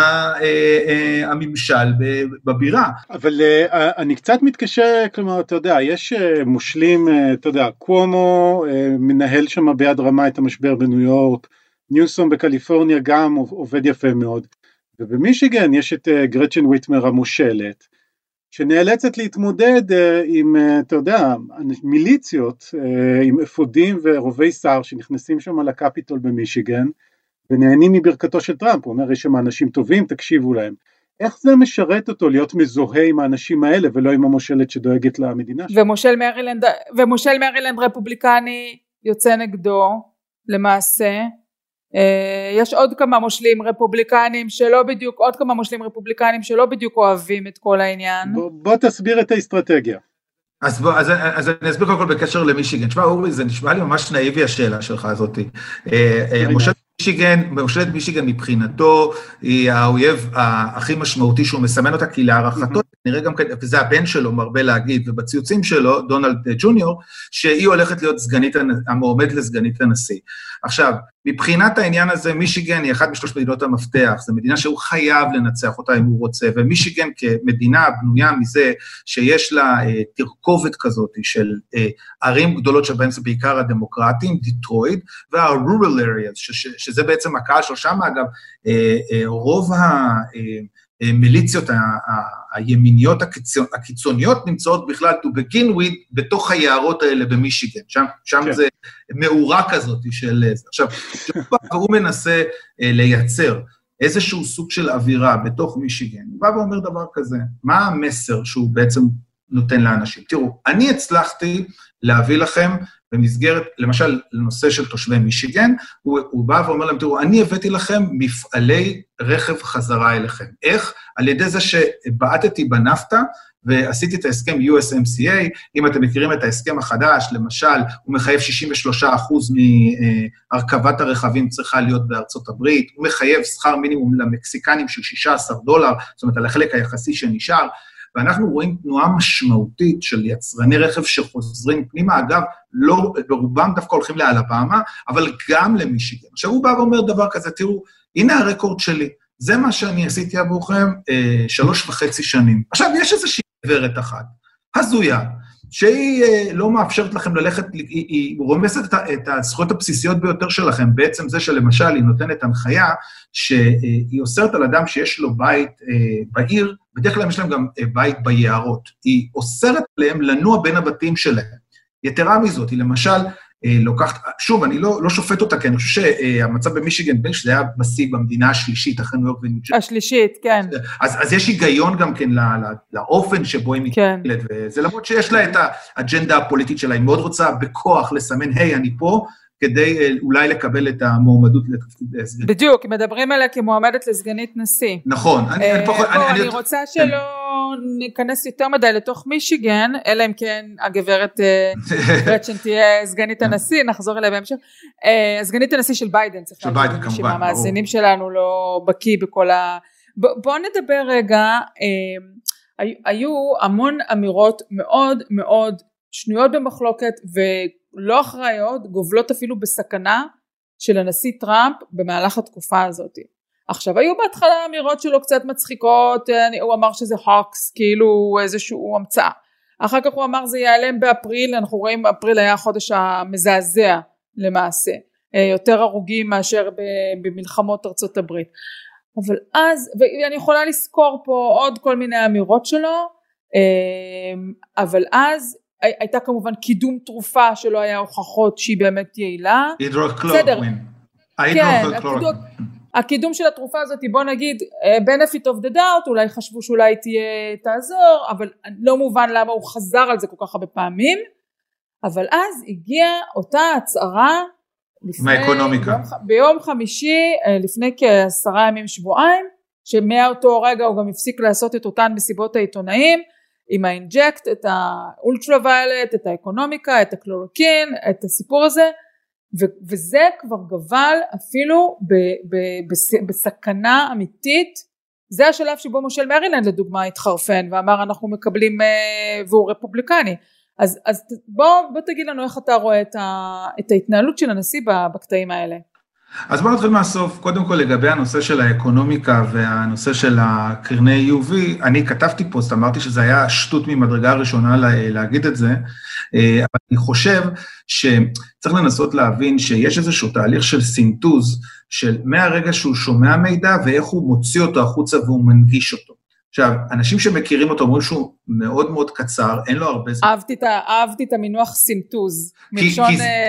הממשל בבירה. אבל אני קצת מתקשה, כלומר, אתה יודע, יש מושלים, אתה יודע, קוומו מנהל שם ביד רמה את המשבר בניו יורק, ניוסום בקליפורניה גם עובד יפה מאוד, ובמישיגן יש את גרצ'ן ויטמר המושלת, שנאלצת להתמודד עם, אתה יודע, מיליציות, עם אפודים ורובי שר שנכנסים שם על הקפיטול במישיגן, ונהנים מברכתו של טראמפ, הוא אומר, יש שם אנשים טובים, תקשיבו להם. איך זה משרת אותו להיות מזוהה עם האנשים האלה, ולא עם המושלת שדואגת למדינה שלו? ומושל מרילנד, ומושל מרילנד רפובליקני יוצא נגדו, למעשה. יש עוד כמה מושלים רפובליקנים שלא בדיוק, עוד כמה מושלים רפובליקנים שלא בדיוק אוהבים את כל העניין. בוא, בוא תסביר את האסטרטגיה. אז, בוא, אז, אז אני אסביר קודם כל בקשר למישיגן. תשמע, אורי, זה נשמע לי ממש נאיבי השאלה שלך הזאת. מושלת מישיגן, מושלת מישיגן מבחינתו, היא האויב הכי משמעותי שהוא מסמן אותה, כי להערכתו נראה גם, וזה הבן שלו מרבה להגיד, ובציוצים שלו, דונלד ג'וניור, שהיא הולכת להיות סגנית, המועמד לסגנית הנשיא. עכשיו, מבחינת העניין הזה, מישיגן היא אחת משלוש מדינות המפתח, זו מדינה שהוא חייב לנצח אותה אם הוא רוצה, ומישיגן כמדינה בנויה מזה, שיש לה אה, תרכובת כזאת של אה, ערים גדולות שבהן זה בעיקר הדמוקרטים, דיטרויד, וה-rural areas, ש- ש- שזה בעצם הקהל של שם, אגב, אה, אה, רוב ה... אה, מיליציות הימיניות הקיצוניות נמצאות בכלל to begin with בתוך היערות האלה במישיגן, שם, שם כן. זה מאורה כזאת של... עכשיו, הוא מנסה לייצר איזשהו סוג של אווירה בתוך מישיגן, הוא בא ואומר דבר כזה, מה המסר שהוא בעצם נותן לאנשים? תראו, אני הצלחתי להביא לכם במסגרת, למשל, לנושא של תושבי מישיגן, הוא, הוא בא ואומר להם, תראו, אני הבאתי לכם מפעלי רכב חזרה אליכם. איך? על ידי זה שבעטתי בנפטה, ועשיתי את ההסכם יו אס אם סי איי, אם אתם מכירים את ההסכם החדש, למשל, הוא מחייב שישים ושלושה אחוז מהרכבת הרכבים צריכה להיות בארצות הברית, הוא מחייב שכר מינימום למקסיקנים של שישה עשר דולר, זאת אומרת, על החלק היחסי שנשאר, ואנחנו רואים תנועה משמעותית של יצרני רכב שחוזרים פנימה, אגב, לא, ברובם דווקא הולכים לאלבמה, אבל גם למישיגן. עכשיו הוא בא ואומר דבר כזה, תראו, הנה הרקורד שלי, זה מה שאני עשיתי עבורכם אה, שלוש וחצי שנים. עכשיו, יש איזושהי גברת אחת, הזויה, שהיא אה, לא מאפשרת לכם ללכת, היא, היא רומסת את, את הזכויות הבסיסיות ביותר שלכם, בעצם זה שלמשל היא נותנת הנחיה, שהיא אוסרת על אדם שיש לו בית אה, בעיר, בדרך כלל יש להם גם אה, בית ביערות, היא אוסרת עליהם לנוע בין הבתים שלהם. יתרה מזאת, היא למשל אה, לוקחת, שוב, אני לא, לא שופט אותה, כי אני חושב שהמצב במישיגן, בין שזה היה בשיא במדינה השלישית, אחרי ניו יורק וניו ג'רזי. השלישית, כן. אז, אז יש היגיון גם כן לא, לא, לאופן שבו היא מתקלת, כן. וזה למרות שיש לה את האג'נדה הפוליטית שלה, היא מאוד רוצה בכוח לסמן, היי, אני פה, כדי אולי לקבל את המועמדות לתפקיד סגנית. בדיוק, מדברים עליה כמועמדת לסגנית נשיא. נכון. אני רוצה שלא ניכנס יותר מדי לתוך מישיגן, אלא אם כן הגברת רצ'ן תהיה סגנית הנשיא, נחזור אליה בהמשך. סגנית הנשיא של ביידן, של ביידן, כמובן. המאזינים שלנו לא בקיא בכל ה... בואו נדבר רגע, היו המון אמירות מאוד מאוד שנויות במחלוקת ו... לא אחראיות, גובלות אפילו בסכנה של הנשיא טראמפ במהלך התקופה הזאת. עכשיו, היו בהתחלה אמירות שלו קצת מצחיקות, הוא אמר שזה הוקס, כאילו איזשהו המצאה. אחר כך הוא אמר זה ייעלם באפריל, אנחנו רואים אפריל היה החודש המזעזע למעשה, יותר הרוגים מאשר במלחמות ארצות הברית. אבל אז, ואני יכולה לזכור פה עוד כל מיני אמירות שלו, אבל אז, הייתה כמובן קידום תרופה שלא היה הוכחות שהיא באמת יעילה. הידרוקלורוקווין. כן, הקידום של התרופה הזאת, בוא נגיד, benefit of the doubt, אולי חשבו שאולי תהיה תעזור, אבל לא מובן למה הוא חזר על זה כל כך הרבה פעמים, אבל אז הגיעה אותה הצהרה, מהאקונומיקה. ביום חמישי, לפני כעשרה ימים שבועיים, שמאותו רגע הוא גם הפסיק לעשות את אותן מסיבות העיתונאים, עם האינג'קט, את האולטרה-ויילט, את האקונומיקה, את הקלורוקין, את הסיפור הזה, ו- וזה כבר גבל אפילו ב- ב- בס- בסכנה אמיתית. זה השלב שבו מושל מרילנד לדוגמה התחרפן, ואמר אנחנו מקבלים, והוא רפובליקני. אז, אז בוא, בוא תגיד לנו איך אתה רואה את, ה- את ההתנהלות של הנשיא בקטעים האלה. אז בואו נתחיל מהסוף, קודם כל לגבי הנושא של האקונומיקה והנושא של הקרני יו וי, אני כתבתי פוסט, אמרתי שזה היה שטות ממדרגה הראשונה להגיד את זה, אבל אני חושב שצריך לנסות להבין שיש איזשהו תהליך של סינטוז, של מהרגע שהוא שומע מידע ואיך הוא מוציא אותו החוצה והוא מנגיש אותו. עכשיו, אנשים שמכירים אותו אומרים שהוא מאוד מאוד קצר, אין לו הרבה זמן. אהבתי, אהבתי את המינוח סינטוז, מלשון,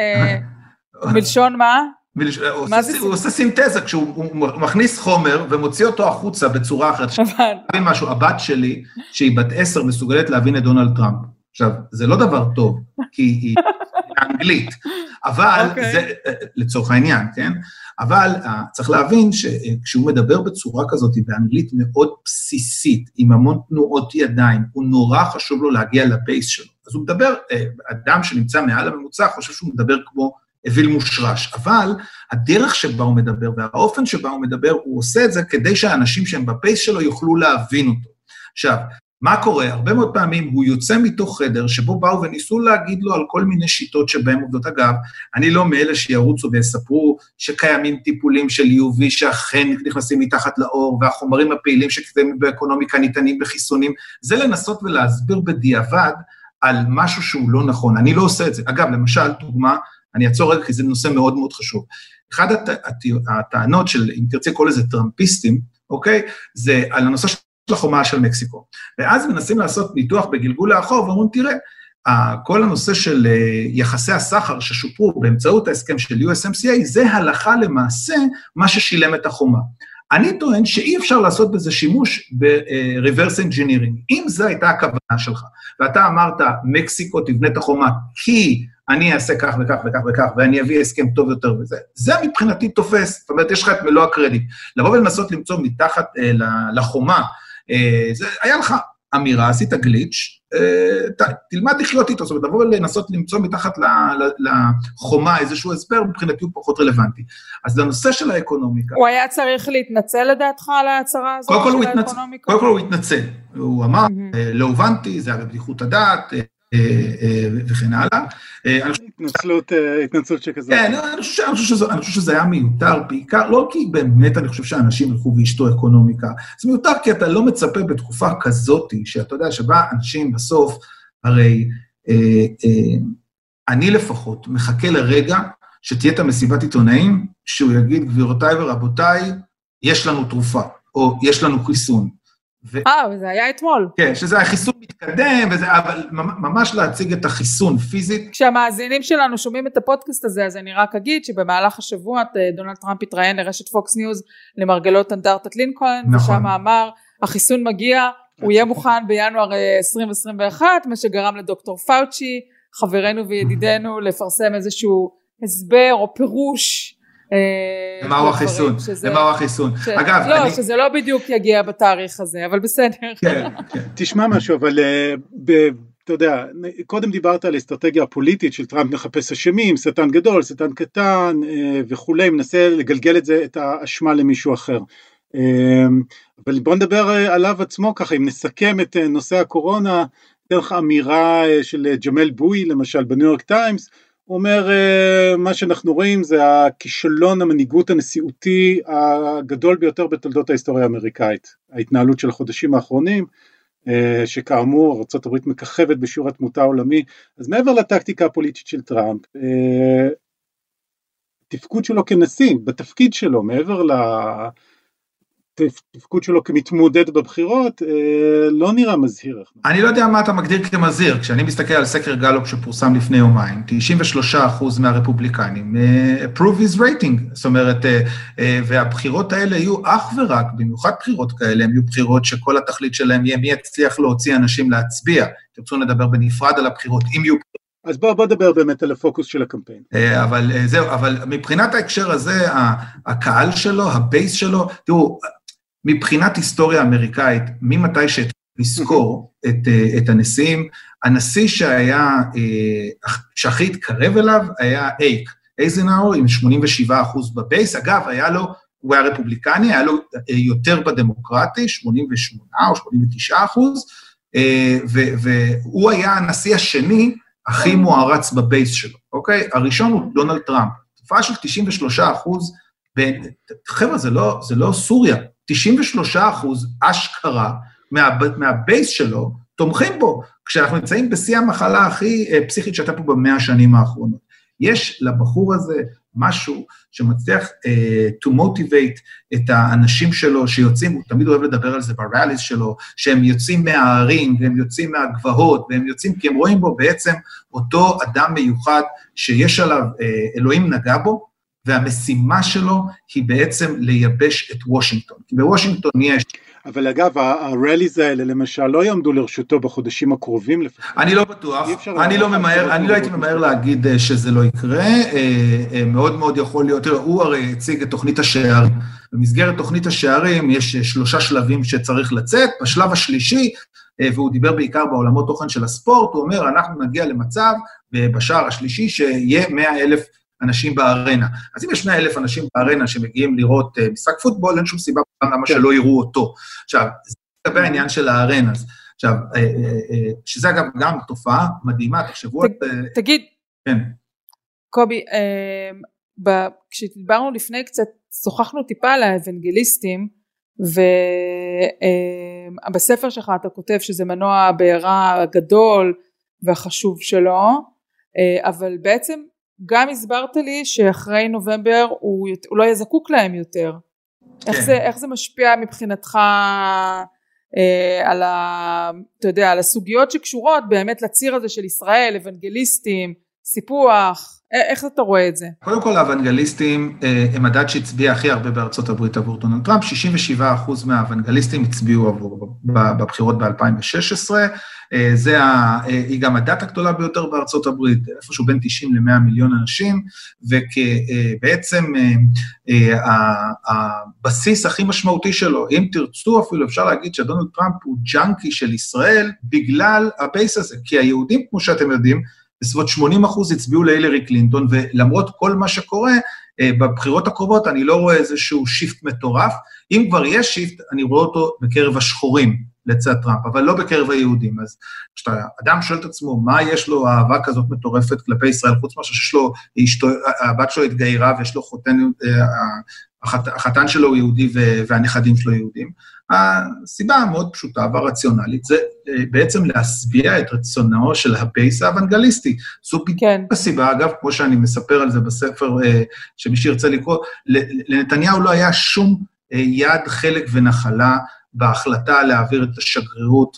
מלשון מה? הוא עושה סינתזה, כשהוא מכניס חומר ומוציא אותו החוצה בצורה אחרת. להבין משהו, הבת שלי, שהיא בת עשר, מסוגלת להבין את דונלד טראמפ. עכשיו, זה לא דבר טוב, כי היא אנגלית, אבל זה, לצורך העניין, כן? אבל צריך להבין שכשהוא מדבר בצורה כזאת, באנגלית מאוד בסיסית, עם המון תנועות ידיים, הוא נורא חשוב לו להגיע לבייס שלו. אז הוא מדבר, אדם שנמצא מעל הממוצע, חושב שהוא מדבר כמו אוויל מושרש, אבל הדרך שבה הוא מדבר והאופן שבה הוא מדבר, הוא עושה את זה כדי שהאנשים שהם בבייס שלו יוכלו להבין אותו. עכשיו, מה קורה? הרבה מאוד פעמים הוא יוצא מתוך חדר שבו באו וניסו להגיד לו על כל מיני שיטות שבהם עובדות. אגב, אני לא מאלה שירוצו ויספרו שקיימים טיפולים של יו וי שאכן נכנסים מתחת לאור, והחומרים הפעילים שקיימים באקונומיקה ניתנים בחיסונים, זה לנסות ולהסביר בדיעבד על משהו שהוא לא נכון. אני לא עושה את זה. אגב, למשל, דוגמה, אני אעצור רגע כי זה נושא מאוד מאוד חשוב. אחד הט... הטענות של, אם תרצה כל איזה טראמפיסטים, אוקיי? זה על הנושא של החומה של מקסיקו. ואז מנסים לעשות ניתוח בגלגול לאחור, ואומרים, תראה, כל הנושא של יחסי הסחר ששופרו באמצעות ההסכם של יו אס אם סי איי, זה הלכה למעשה מה ששילם את החומה. אני טוען שאי אפשר לעשות בזה שימוש ב-reverse engineering. אם זו הייתה הכוונה שלך, ואתה אמרת, מקסיקו תבנה את החומה, כי אני אעשה כך וכך וכך וכך, ואני אביא הסכם טוב יותר וזה, זה מבחינתי תופס, זאת אומרת, יש לך את מלוא הקרדיט. לבוא ולנסות למצוא מתחת לחומה, זה היה לך אמירה, עשית גליץ', תלמד לחיות איתו, זאת אומרת, לבוא ולנסות למצוא מתחת לחומה איזשהו הסבר, מבחינתי הוא פחות רלוונטי. אז לנושא של האקונומיקה... הוא היה צריך להתנצל לדעתך על ההצהרה הזאת של האקונומיקה? קודם כל הוא התנצל, הוא אמר, לא הובנתי, זה היה בבדיחות הדעת, וכן הלאה. התנצלות שכזאת. כן, אני חושב שזה היה מיותר, בעיקר, לא כי באמת אני חושב שאנשים ילכו וישתו אקונומיקה, זה מיותר כי אתה לא מצפה בתקופה כזאת, שאתה יודע שבה אנשים בסוף, הרי אני לפחות מחכה לרגע שתהיה את המסיבת עיתונאים, שהוא יגיד, גבירותיי ורבותיי, יש לנו תרופה, או יש לנו חיסון. אה, וזה היה אתמול. כן, שזה היה חיסון מתקדם, וזה, אבל ממש להציג את החיסון פיזית. כשהמאזינים שלנו שומעים את הפודקאסט הזה, אז אני רק אגיד שבמהלך השבוע דונלד טראמפ התראיין לרשת פוקס ניוז למרגלות אנדרטת לינקולן, נכון. ושם אמר, החיסון מגיע, הוא יהיה מוכן בינואר עשרים עשרים ואחת, מה שגרם לדוקטור פאוצ'י, חברנו וידידנו, לפרסם איזשהו הסבר או פירוש, למהו החיסון, למהו החיסון. אגב, לא, שזה לא בדיוק יגיע בתאריך הזה, אבל בסדר. תשמע משהו, אבל אתה יודע, קודם דיברת על אסטרטגיה הפוליטית של טראמפ מחפש אשמים, שטן גדול, שטן קטן וכולי, מנסה לגלגל את זה, את האשמה למישהו אחר. אבל בוא נדבר עליו עצמו ככה, אם נסכם את נושא הקורונה, דרך אמירה של ג'מאל בוי, למשל בניו יורק טיימס, הוא אומר, מה שאנחנו רואים זה הכישלון המנהיגות הנשיאותי הגדול ביותר בתולדות ההיסטוריה האמריקאית. ההתנהלות של החודשים האחרונים, שכאמור, ארצות הברית מככבת בשיעור התמותה העולמי, אז מעבר לטקטיקה הפוליטית של טראמפ, תפקוד שלו כנשיא, בתפקיד שלו, מעבר לתפקוד שלו כמתמודד בבחירות, לא נראה מזהיר. אני לא יודע מה אתה מגדיר כמזהיר, כשאני מסתכל על סקר גלופ שפורסם לפני יומיים, תשעים ושלושה אחוז מהרפובליקנים, approve his rating, זאת אומרת, והבחירות האלה יהיו אך ורק, במיוחד בחירות כאלה, הם יהיו בחירות שכל התכלית שלהם יהיה מי יצליח להוציא אנשים להצביע, תרצו לדבר בנפרד על הבחירות, אם יהיו אז בוא, בוא נדבר באמת על הפוקוס של הקמפיין. אבל זהו, אבל מבחינת ההקשר הזה, הקהל שלו, הבייס שלו, תראו, מבחינת היסטוריה אמריקאית, ממתי שתזכור את, את הנשיאים, הנשיא שהיה, שהכי התקרב אליו, היה אייק, אייזנהאואר עם שמונים ושבעה אחוז בבייס, אגב, היה לו, הוא היה רפובליקני, היה לו יותר בדמוקרטי, שמונים ושמונה או שמונים ותשעה אחוז, והוא היה הנשיא השני, הכי מוערץ בבייס שלו, אוקיי? הראשון הוא דונלד טראמפ, תופעה של תשעים ושלושה אחוז, חבר'ה, זה לא, זה לא סוריה, תשעים ושלושה אחוז אשכרה מה, מהבייס שלו, תומכים בו, כשאנחנו נמצאים בשיא המחלה הכי פסיכית שהייתה פה במאה השנים האחרונות. יש לבחור הזה משהו שמצליח uh, to motivate את האנשים שלו שיוצאים, הוא תמיד אוהב לדבר על זה בראליס שלו, שהם יוצאים מהערים, והם יוצאים מהגבעות, והם יוצאים כי הם רואים בו בעצם אותו אדם מיוחד שיש עליו, uh, אלוהים נגע בו, והמשימה שלו היא בעצם לייבש את וושינגטון. כי בוושינגטון יש... אבל אגב, הראליז האלה למשל לא יעמדו לרשותו בחודשים הקרובים לפחות. אני לא בטוח, אני לא ממהר, אני לא הייתי ממהר להגיד שזה לא יקרה, מאוד מאוד יכול להיות, הוא הרי הציג את תוכנית השערים, במסגרת תוכנית השערים יש שלושה שלבים שצריך לצאת, בשלב השלישי, והוא דיבר בעיקר בעולמות תוכן של הספורט, הוא אומר, אנחנו נגיע למצב בשער השלישי שיהיה מאה אלף אנשים בארנה. אז אם יש מאה אלף אנשים בארנה שמגיעים לראות משחק פוטבול, אין שום סיבה למה שלא יראו אותו. עכשיו, זה לגבי העניין של הארנה. עכשיו, שזה אגב גם תופעה מדהימה, תחשבו... תגיד, כן. קובי, כשדיברנו לפני קצת, שוחחנו טיפה על האבנגליסטים, ובספר שלך אתה כותב שזה מנוע הבעירה הגדול והחשוב שלו, אבל בעצם גם הסברת לי שאחרי נובמבר הוא, הוא לא יהיה זקוק להם יותר. כן. איך זה, איך זה משפיע מבחינתך על ה, אתה יודע, על הסוגיות שקשורות באמת לציר הזה של ישראל, אבנגליסטים, סיפוח, איך אתה רואה את זה? קודם כל, האבנגליסטים הם מדד שהצביע הכי הרבה בארצות הברית עבור דונלד טראמפ, שישים ושבעה אחוז מהאבנגליסטים הצביעו עבור בבחירות ב-אלפיים ושש עשרה, זה היא גם הדת הגדולה ביותר בארצות הברית, איפשהו בין תשעים למאה מיליון אנשים, וכבעצם הבסיס הכי משמעותי שלו, אם תרצו אפילו אפשר להגיד שדונלד טראמפ הוא ג'אנקי של ישראל, בגלל הבייס הזה, כי היהודים, כמו שאתם יודעים, בסביבות שמונים אחוז הצביעו להילרי קלינטון, ולמרות כל מה שקורה, בבחירות הקרובות אני לא רואה איזשהו שיפט מטורף, אם כבר יש שיפט, אני רואה אותו בקרב השחורים לצד טראמפ, אבל לא בקרב היהודים, אז כשאדם שואל את עצמו, מה יש לו אהבה כזאת מטורפת כלפי ישראל, חוץ מה שיש לו, הבת שלו התגיירה, ויש לו חותן, החתן שלו הוא יהודי, והנכדים שלו יהודים, הסיבה המאוד פשוטה והרציונלית, זה בעצם להסביע את רצונו של הבייס האבנגליסטי. זו כן. הסיבה, אגב, כמו שאני מספר על זה בספר, שמי שירצה לקרוא, לנתניהו לא היה שום יד, חלק ונחלה, בהחלטה להעביר את השגרירות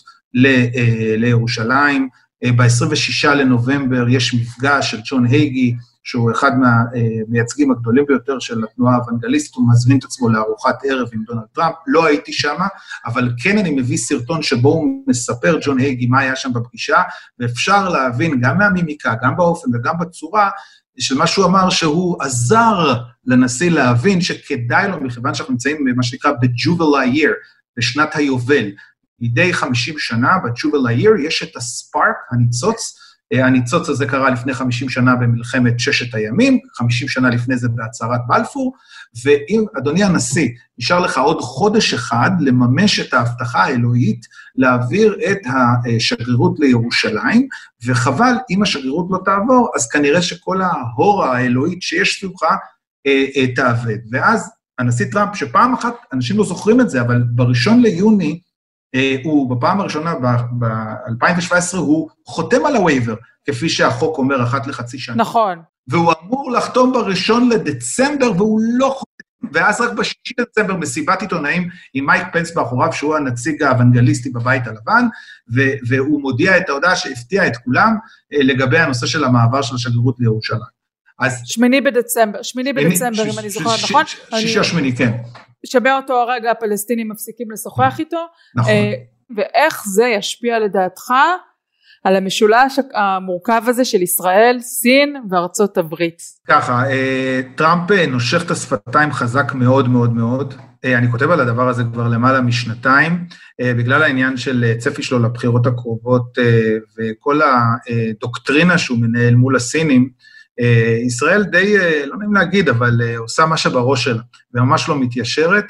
לירושלים. ב-עשרים ושישה לנובמבר יש מפגש של ג'ון הייגי, שהוא אחד מהמייצגים הגדולים ביותר של התנועה האוונגליסטית, הוא מזמין את עצמו לארוחת ערב עם דונלד טראמפ, לא הייתי שם, אבל כן אני מביא סרטון שבו הוא מספר ג'ון הייגי מה היה שם בפגישה, ואפשר להבין גם מהמימיקה, גם באופן וגם בצורה, של מה שהוא אמר שהוא עזר לנשיא להבין שכדאי לו, מכיוון שאנחנו נמצאים במה שנקרא ב-Jubilee year, בשנת היובל, מדי חמישים שנה, ב-Jubilee year יש את הספארק, הניצוץ, הניצוץ הזה קרה לפני חמישים שנה במלחמת ששת הימים, חמישים שנה לפני זה בהצהרת בלפור, ואם, אדוני הנשיא, נשאר לך עוד חודש אחד לממש את ההבטחה האלוהית, להעביר את השגרירות לירושלים, וחבל, אם השגרירות לא תעבור, אז כנראה שכל ההורה האלוהית שיש סביבך תעבד. ואז הנשיא טראמפ, שפעם אחת, אנשים לא זוכרים את זה, אבל בראשון ליוני, הוא בפעם הראשונה, ב-אלפיים שבע עשרה, הוא חותם על הווייבר, כפי שהחוק אומר אחת לחצי שנה. נכון. והוא אמור לחתום בראשון לדצמבר, והוא לא חותם, ואז רק בשישי לדצמבר, מסיבת עיתונאים עם מייק פנס באחוריו, שהוא הנציג האוונגליסטי בבית הלבן, והוא מודיע את ההודעה שהפתיע את כולם, לגבי הנושא של המעבר של השגרירות לירושלים. אז... שמיני בדצמבר, שמיני בדצמבר, אם אני זוכרת, נכון? שישי השמיני, כן. שבאותו הרגע הפלסטינים מפסיקים לשוחח איתו, נכון. ואיך זה ישפיע לדעתך על המשולש המורכב הזה של ישראל, סין וארצות הברית? ככה, טראמפ נושך את השפתיים חזק מאוד מאוד מאוד, אני כותב על הדבר הזה כבר למעלה משנתיים, בגלל העניין של צפי שלו לבחירות הקרובות, וכל הדוקטרינה שהוא מנהל מול הסינים, ישראל די, לא נעים להגיד, אבל עושה מה שבראש שלה, וממש לא מתיישרת.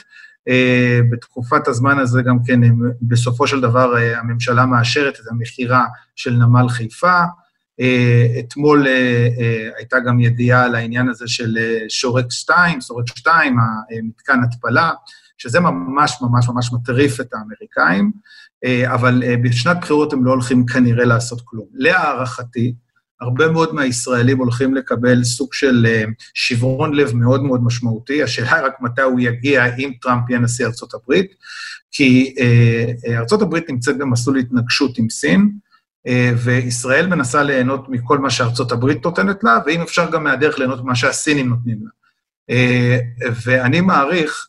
בתקופת הזמן הזה גם כן, בסופו של דבר, הממשלה מאשרת את המחירה של נמל חיפה. אתמול הייתה גם ידיעה על העניין הזה של שורק שתיים, שורק שתיים, המתקן התפלה, שזה ממש ממש ממש מטריף את האמריקאים, אבל בשנת בחירות הם לא הולכים כנראה לעשות כלום. להערכתי, הרבה מאוד מהישראלים הולכים לקבל סוג של שברון לב מאוד מאוד משמעותי, השאלה רק מתי הוא יגיע אם טראמפ יהיה נשיא ארצות הברית, כי ארצות הברית נמצאת במסלול התנגשות עם סין, וישראל מנסה ליהנות מכל מה שארצות הברית נותנת לה, ואם אפשר גם מהדרך ליהנות ממה שהסינים נותנים לה. ואני מעריך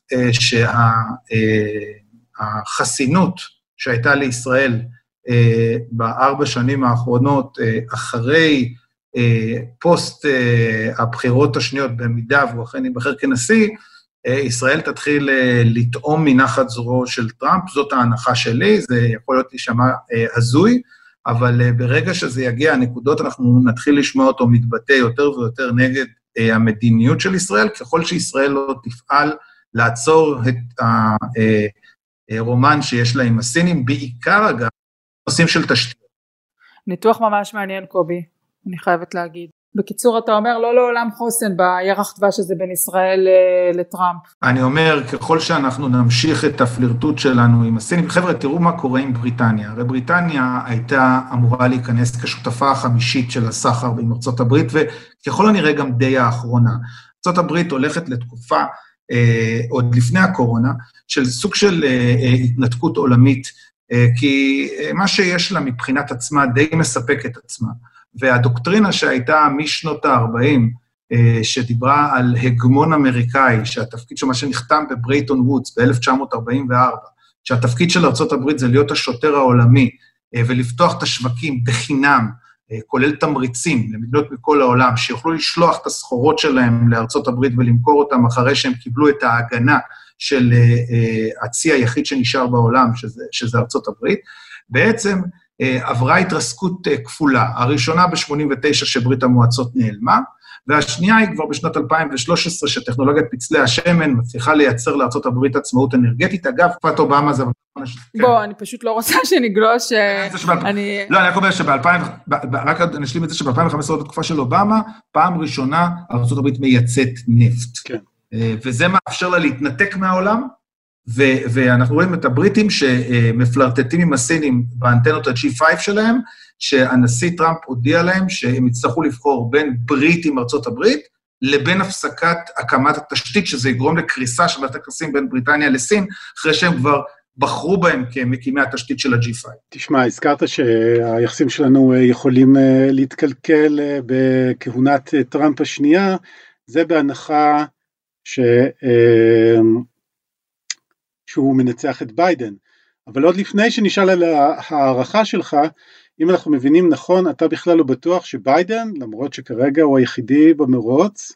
שהחסינות שהייתה לישראל, בארבע שנים האחרונות, אחרי פוסט הבחירות השניות, במידה והוא אכן יבחר כנשיא, ישראל תתחיל לטעום מנחת זרועו של טראמפ, זאת ההנחה שלי, זה יכול להיות להישמע הזוי, אבל ברגע שזה יגיע הנקודות, אנחנו נתחיל לשמוע אותו מתבטא יותר ויותר נגד המדיניות של ישראל, ככל שישראל לא תפעל לעצור את הרומן שיש לה עם הסינים, בעיקר אגב, נושאים של תשתיות. ניתוח ממש מעניין קובי, אני חייבת להגיד. בקיצור אתה אומר לא לעולם חוסן בירח דבש הזה בין ישראל לטראמפ. אני אומר ככל שאנחנו נמשיך את הפלירטוט שלנו עם הסינים, חבר'ה תראו מה קורה עם בריטניה, הרי בריטניה הייתה אמורה להיכנס כשותפה החמישית של הסחר עם ארצות הברית וככל הנראה גם די האחרונה. ארצות הברית הולכת לתקופה אה, עוד לפני הקורונה של סוג של אה, התנתקות עולמית, אה, כי אה, מה שיש לה מבחינת עצמה די מספק את עצמה. והדוקטרינה שהייתה משנות ה-ארבעים, שדיברה על הגמון אמריקאי, שהתפקיד שמה שנחתם בברייטון וודס ב-אלף תשע מאות ארבעים וארבע, שהתפקיד של ארצות הברית זה להיות השוטר העולמי, ולפתוח את השווקים בחינם, כולל תמריצים למדינות מכל העולם, שיוכלו לשלוח את הסחורות שלהם לארצות הברית ולמכור אותם אחרי שהם קיבלו את ההגנה של הצי היחיד שנשאר בעולם, שזה, שזה ארצות הברית, בעצם עברה התרסקות כפולה, הראשונה ב-שמונים ותשע שברית המועצות נעלמה, והשנייה היא כבר בשנת אלפיים ושלוש עשרה שטכנולוגיית פצלי השמן מצליחה לייצר לארצות הברית עצמאות אנרגטית, אגב, תקופת אובמה זה... בוא, אני פשוט לא רוצה שנגלוש... לא, אני רק אומר שב-אלפיים, רק נשלים את זה שב-אלפיים וחמש עשרה בתקופה של אובמה, פעם ראשונה ארצות הברית מייצאת נפט, וזה מאפשר לה להתנתק מהעולם, ו- ואנחנו רואים את הבריטים שמפלרטטים עם הסינים באנטנות ה-ג'י פייב שלהם, שהנשיא טראמפ הודיע להם שהם יצטרכו לבחור בין ברית עם ארצות הברית, לבין הפסקת הקמת התשתית, שזה יגרום לקריסה של מערכת היחסים בין בריטניה לסין, אחרי שהם כבר בחרו בהם כמקימי התשתית של ה-ג'י פייב. תשמע, הזכרת שהיחסים שלנו יכולים להתקלקל בכהונת טראמפ השנייה, זה בהנחה ש... שהוא מנצח את ביידן, אבל עוד לפני שנשאל על הערכה שלך, אם אנחנו מבינים נכון, אתה בכלל לא בטוח שביידן, למרות שכרגע הוא היחידי במרוץ,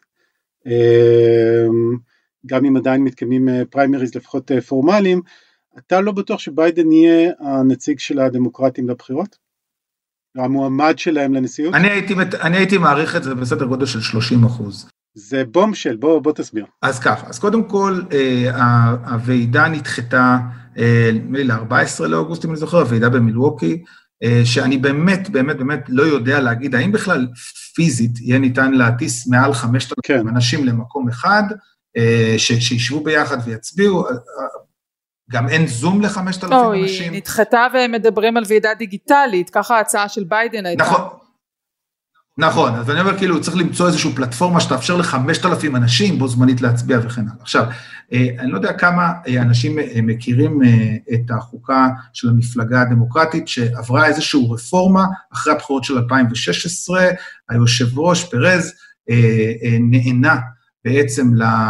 גם אם עדיין מתקיימים פריימריז לפחות פורמליים, אתה לא בטוח שביידן יהיה הנציג של הדמוקרטים לבחירות? המועמד שלהם לנשיאות? אני הייתי, אני הייתי מעריך את זה בסדר גודל של שלושים אחוז. זה בומשל, בוא, בוא תסביר. אז ככה, אז קודם כל, אה, הוועידה נדחתה, אה, ל-ארבעה עשר לאוגוסט, אם אני זוכר, הוועידה במילווקי, אה, שאני באמת, באמת, באמת לא יודע להגיד, האם בכלל פיזית יהיה ניתן להטיס מעל חמשת אלפים כן. אנשים למקום אחד, אה, ש- שישבו ביחד ויצביעו, גם אין זום ל-חמשת אלפים לא, אנשים. היא נדחתה והם מדברים על ועידה דיגיטלית, ככה ההצעה של ביידן הייתה. נכון. נכון, אז אני אומר כאילו, צריך למצוא איזושהי פלטפורמה שתאפשר ל-חמשת אלפים אנשים בו זמנית להצביע וכן הלאה. עכשיו, אני לא יודע כמה אנשים מכירים את החוקה של המפלגה הדמוקרטית, שעברה איזושהי רפורמה אחרי הבחירות של אלפיים ושש עשרה, היושב ראש פרז נענה בעצם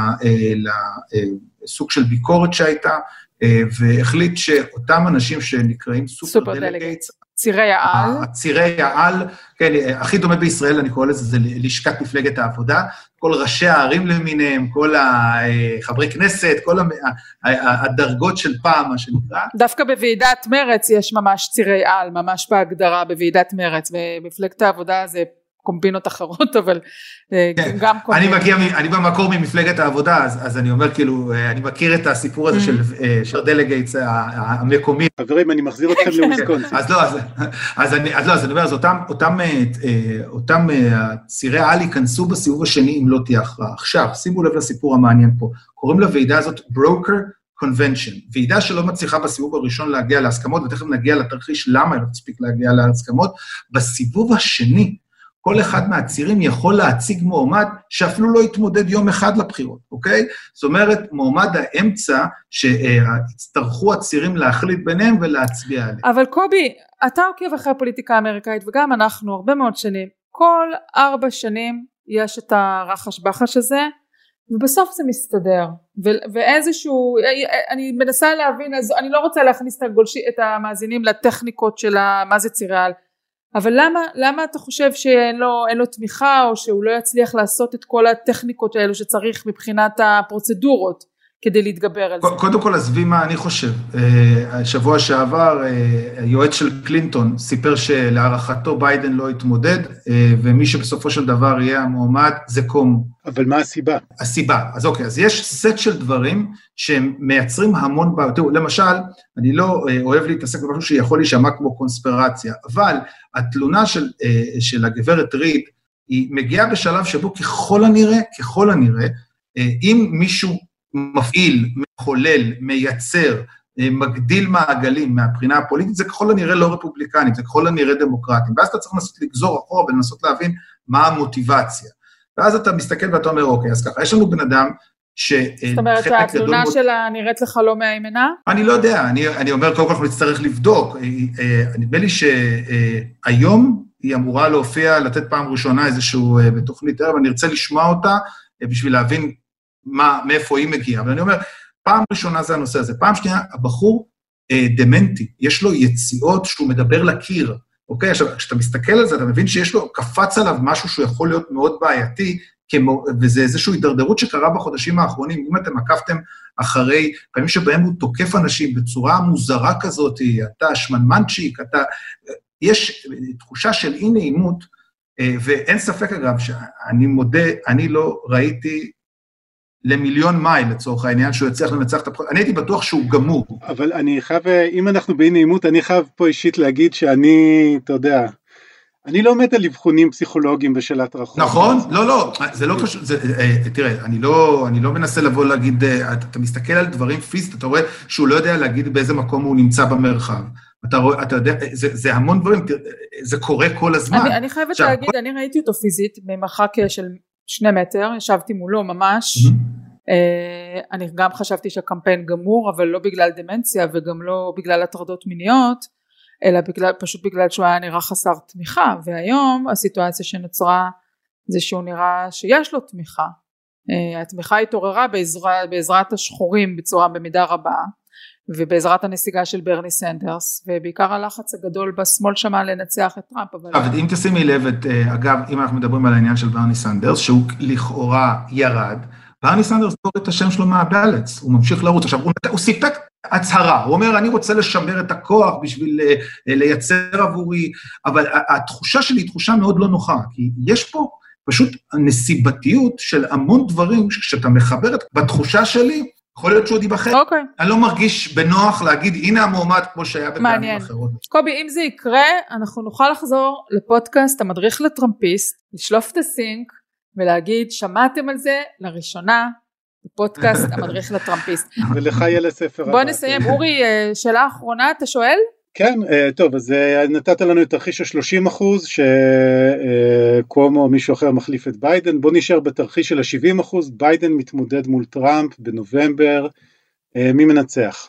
לסוג של ביקורת שהייתה, והחליט שאותם אנשים שנקראים סופר דלגייטס, צירי העל. צירי העל, כן, הכי דומה בישראל, אני קורא לזה, זה לשכת מפלגת העבודה, כל ראשי הערים למיניהם, כל החברי כנסת, כל הדרגות של פעם, מה שנקרא. דווקא בוועידת מרץ יש ממש צירי על, ממש בהגדרה בוועידת מרץ, ומפלגת העבודה זה קומבינות אחרות, אבל כן. גם קומבינות. אני מגיע, אני במקור ממפלגת העבודה, אז, אז אני אומר כאילו, אני מכיר את הסיפור הזה של, של דלגייטס המקומי. חברים, אני מחזיר אתכם לוויסקונסין. אז לא, אז, אז אני, אז לא, אז אני אומר, אז אותם, אותם, אותם צירי העל ייכנסו בסיבוב השני, אם לא תהיה הכרעה. עכשיו, שימו לב לסיפור המעניין פה, קוראים לוועידה הזאת ברוקר קונבנשן, ועידה שלא מצליחה בסיבוב הראשון להגיע להסכמות, ותכף נגיע לתרחיש למה היא לא תספיק להגיע להסכמות, בסיבוב השני, כל אחד מהצירים יכול להציג מועמד שאפילו לא יתמודד יום אחד לבחירות, אוקיי? זאת אומרת, מועמד האמצע שהצטרכו הצירים להחליט ביניהם ולהצביע עליהם. אבל קובי, אתה עוקב אחרי הפוליטיקה האמריקאית, וגם אנחנו הרבה מאוד שנים, כל ארבע שנים יש את הרחש בחש הזה, ובסוף זה מסתדר, ו- ואיזשהו, אני מנסה להבין, אז אני לא רוצה להכניס את, הגולשי, את המאזינים לטכניקות של מה זה צירי, אבל למה, למה אתה חושב שאין לו, אין לו תמיכה, או שהוא לא יצליח לעשות את כל הטכניקות האלו שצריך מבחינת הפרוצדורות? כדי להתגבר על זה. קודם כל, עזבי מה אני חושב. השבוע שעבר, היועץ של קלינטון סיפר שלהערכתו ביידן לא יתמודד, ומי שבסופו של דבר יהיה המועמד זה קומו. אבל מה הסיבה? הסיבה, אז אוקיי, אז יש סט של דברים שהם מייצרים המון בעיות. תראו, למשל, אני לא אוהב להתעסק במשהו שיכול להישמע כמו קונספירציה, אבל התלונה של, של הגברת ריד, היא מגיעה בשלב שבו ככל הנראה, ככל הנראה, אם מישהו מפעיל, מחולל, מייצר, מגדיל מעגלים מהבחינה הפוליטית, זה ככל הנראה לא רפובליקנים, זה ככל הנראה דמוקרטים, ואז אתה צריך לנסות לגזור אחורה ולנסות להבין מה המוטיבציה. ואז אתה מסתכל ואתה אומר, אוקיי, אז ככה, יש לנו בן אדם ש... זאת אומרת שהתלונה שלה נראית לך לא מהימנה? אני לא יודע, אני, אני אומר, כל כך נצטרך לבדוק, נדמה לי שהיום היא אמורה להופיע, לתת פעם ראשונה איזשהו בתוכנית ערב, אני ארצה לשמוע אותה בשביל להבין מה, מאיפה היא מגיעה, אבל אני אומר, פעם ראשונה זה הנושא הזה, פעם שנייה, הבחור אה, דמנטי, יש לו יציאות שהוא מדבר לקיר, אוקיי? עכשיו, כשאתה מסתכל על זה, אתה מבין שיש לו, קפץ עליו משהו שהוא יכול להיות מאוד בעייתי, כמו, וזה איזושהי הידרדרות שקרה בחודשים האחרונים, אם אתם עקבתם אחרי פעמים שבהם הוא תוקף אנשים בצורה מוזרה כזאת, אתה שמנמנצ'יק, אתה, יש תחושה של אי נעימות, אה, ואין ספק אגב, שאני מודה, אני לא ראיתי, למיליון מייל לצורך העניין, שהוא יצליח לנצח את הבחירות, אני הייתי בטוח שהוא גמור. אבל אני חייב, אם אנחנו באי נעימות, אני חייב פה אישית להגיד שאני, אתה יודע, אני לא מת על אבחונים פסיכולוגיים בשאלת רחוב. נכון? לא, לא, זה לא קשור, תראה, אני לא, אני לא מנסה לבוא להגיד, אתה מסתכל על דברים פיזית, אתה רואה שהוא לא יודע להגיד באיזה מקום הוא נמצא במרחב. אתה רואה, אתה יודע, זה, זה המון דברים, זה קורה כל הזמן. אני, אני חייבת עכשיו, להגיד, כל... אני ראיתי אותו פיזית, ממרחק של שני מטר, ישבתי מולו ממש, mm-hmm. אני גם חשבתי שהקמפיין גמור, אבל לא בגלל דמנציה, וגם לא בגלל הטרדות מיניות, אלא בגלל, פשוט בגלל שהוא היה נראה חסר תמיכה, והיום הסיטואציה שנוצרה, זה שהוא נראה שיש לו תמיכה, התמיכה התעוררה בעזרת, בעזרת השחורים בצורה במידה רבה, ובעזרת הנסיגה של ברני סנדרס, ובעיקר הלחץ הגדול בשמאל שמה לנצח את טראמפ. אבל אם תשימי לב, אגב, אם אנחנו מדברים על העניין של ברני סנדרס, שהוא לכאורה ירד, ברני סנדרס לא את השם שלו מהבלץ, הוא ממשיך לרוץ. עכשיו, הוא, הוא סיפק הצהרה, הוא אומר, אני רוצה לשמר את הכוח בשביל לייצר עבורי, אבל התחושה שלי היא תחושה מאוד לא נוחה, כי יש פה פשוט הנסיבתיות של המון דברים, כשאתה מחבר את בתחושה שלי, יכול להיות שהוא ייבחר. אוקיי. אני לא מרגיש בנוח להגיד, הנה המועמד כמו שהיה בפעמים אחרות. קובי, אם זה יקרה, אנחנו נוכל לחזור לפודקאסט המדריך לטראמפיסט, לשלוף את הסינק, ולהגיד, שמעתם על זה לראשונה, בפודקאסט המדריך לטראמפיסט. ולך יהיה לספר. בוא נסיים. אורי, שאלה אחרונה, אתה שואל? כן, טוב, אז נתת לנו את תרחיש ה-שלושים אחוז, שקומו או מישהו אחר מחליף את ביידן, בוא נשאר בתרחיש של ה-שבעים אחוז, ביידן מתמודד מול טראמפ בנובמבר, מי מנצח?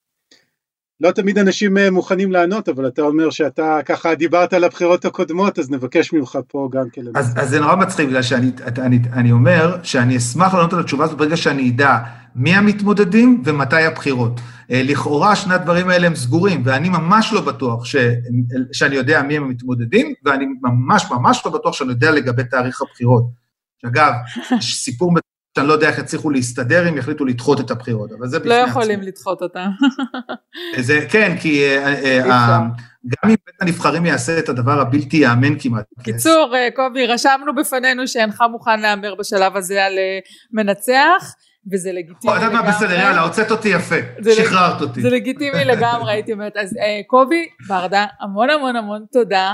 לא תמיד אנשים מוכנים לענות, אבל אתה אומר שאתה ככה דיברת על הבחירות הקודמות, אז נבקש ממך פה גם כן. אז, אז זה נורא מצחיק, בגלל שאני אני, אני אומר שאני אשמח לענות על התשובה הזאת ברגע שאני אדע מי המתמודדים ומתי הבחירות. לכאורה שני הדברים האלה הם סגורים, ואני ממש לא בטוח ש, שאני יודע מי הם המתמודדים, ואני ממש ממש לא בטוח שאני יודע לגבי תאריך הבחירות. שאגב, יש סיפור שאני לא יודע איך יצליחו להסתדר אם יחליטו לדחות את הבחירות, אבל זה בפני עצמו. לא יכולים לדחות אותם. זה, כן, כי גם אם בית הנבחרים יעשה את הדבר הבלתי יאמן כמעט. קיצור, קובי, רשמנו בפנינו שאינך מוכן לאמר בשלב הזה על מנצח, וזה לגיטימי לגמרי. אתה בסדר, יאללה, הוצאת אותי יפה, שחררת אותי. זה לגיטימי לגמרי, הייתי אומרת. אז קובי, ברדה, המון המון המון תודה.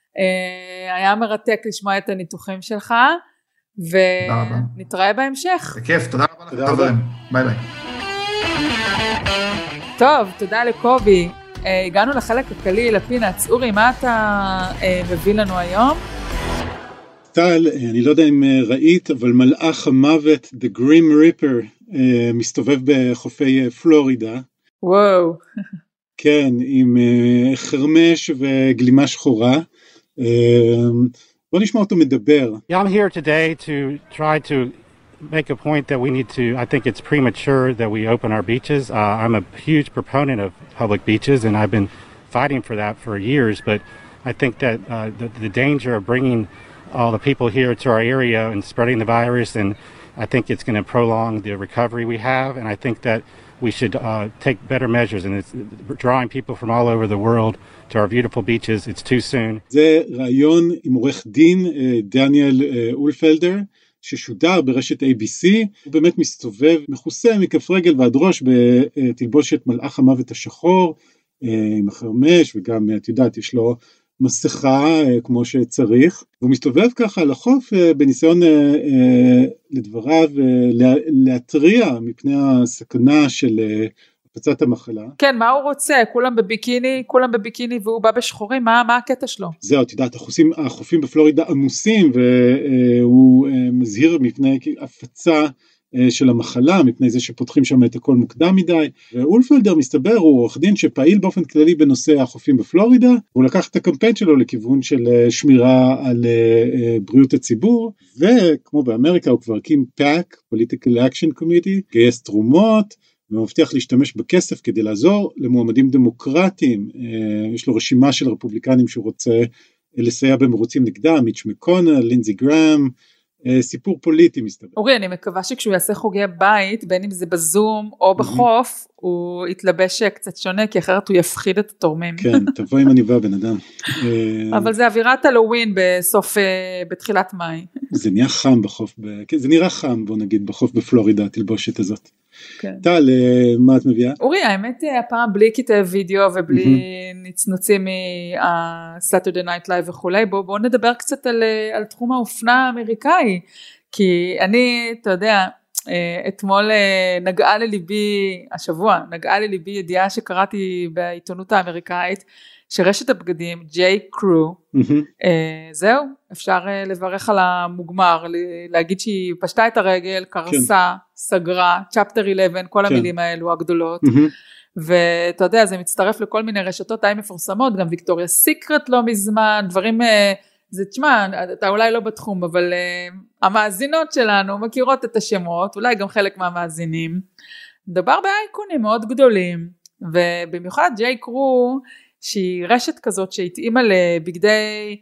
היה מרתק לשמוע את הניתוחים שלך. ונתראה בהמשך. בכיף, תודה רבה לכם. ביי ביי. טוב, תודה לקובי. הגענו לחלק הכללי, לפינץ. אורי, מה אתה מביא לנו היום? טל, אני לא יודע אם ראית, אבל מלאך המוות, The Grim Reaper, מסתובב בחופי פלורידה. וואו. כן, עם חרמש וגלימה שחורה. בוא נשמע אותו מדבר. I'm here today to try to make a point that we need to, I think it's premature that we open our beaches. Uh, I'm a huge proponent of public beaches and I've been fighting for that for years, but I think that uh, the, the danger of bringing all the people here to our area and spreading the virus and I think it's going to prolong the recovery we have, and I think that we should uh, take better measures, and it's drawing people from all over the world to our beautiful beaches. It's too soon. זה רעיון עם עורך דין דניאל אולפלדר, ששודר ברשת איי בי סי, הוא באמת מסתובב מכוסה מכף רגל ועד ראש בתלבושת מלאך המוות השחור, עם החרמש, וגם, את יודעת, יש לו מסכה כמו שצריך, והוא מסתובב ככה על החוף בניסיון לדבריו להטריע מפני הסכנה של הפצת המחלה. כן, מה הוא רוצה? כולם בביקיני, כולם בביקיני והוא בא בשחורים, מה, מה הקטע שלו? זהו, את יודעת, החופים, החופים בפלורידה עמוסים, והוא מזהיר מפני הפצה של המחלה, מפני זה שפותחים שם את הכל מוקדם מדי, ואולפלדר מסתבר הוא עורך דין שפעיל באופן כללי בנושא החופים בפלורידה, הוא לקח את הקמפיין שלו לכיוון של שמירה על בריאות הציבור, וכמו באמריקה הוא כבר הקים פאק, Political Action Committee, גייס תרומות, ומבטיח להשתמש בכסף כדי לעזור למועמדים דמוקרטיים, יש לו רשימה של רפובליקנים שהוא רוצה לסייע במרוצים נגדם, מיץ' מקונל, לינזי גרם, סיפור פוליטי מסתבר. אורי, אני מקווה שכשהוא יעשה חוגי בית, בין אם זה בזום או בחוף, הוא יתלבש קצת שונה, כי אחרת הוא יפחיד את התורמים. כן, תבוא עם עניבה בן אדם. אבל זה אווירת הלואוין בסוף, בתחילת מאי. זה נהיה חם בחוף, זה נראה חם, בוא נגיד, בחוף בפלורידה, התלבושת הזאת. טל, מה את מביאה? אורי, האמת הפעם בלי קטעי וידאו ובלי נצנוצים מה-Saturday Night Live וכולי, בואו נדבר קצת על תחום האופנה האמריקאי, כי אני, אתה יודע, אתמול נגעה לליבי, השבוע, נגעה לליבי ידיעה שקראתי בעיתונות האמריקאית, שרשת הבגדים, ג'יי קרו, זהו, אפשר לברך על המוגמר, להגיד שהיא פשטה את הרגל, קרסה, סגרה, צ'פטר אחת עשרה, כל המילים האלו הגדולות, ואתה יודע, זה מצטרף לכל מיני רשתות די מפורסמות, גם ויקטוריה סיקרט לא מזמן, דברים, זה תשמע, אתה אולי לא בתחום, אבל המאזינות שלנו מכירות את השמות, אולי גם חלק מהמאזינים, מדבר באייקונים מאוד גדולים, ובמיוחד ג'יי קרו, שהיא רשת כזאת שהתאימה לבגדי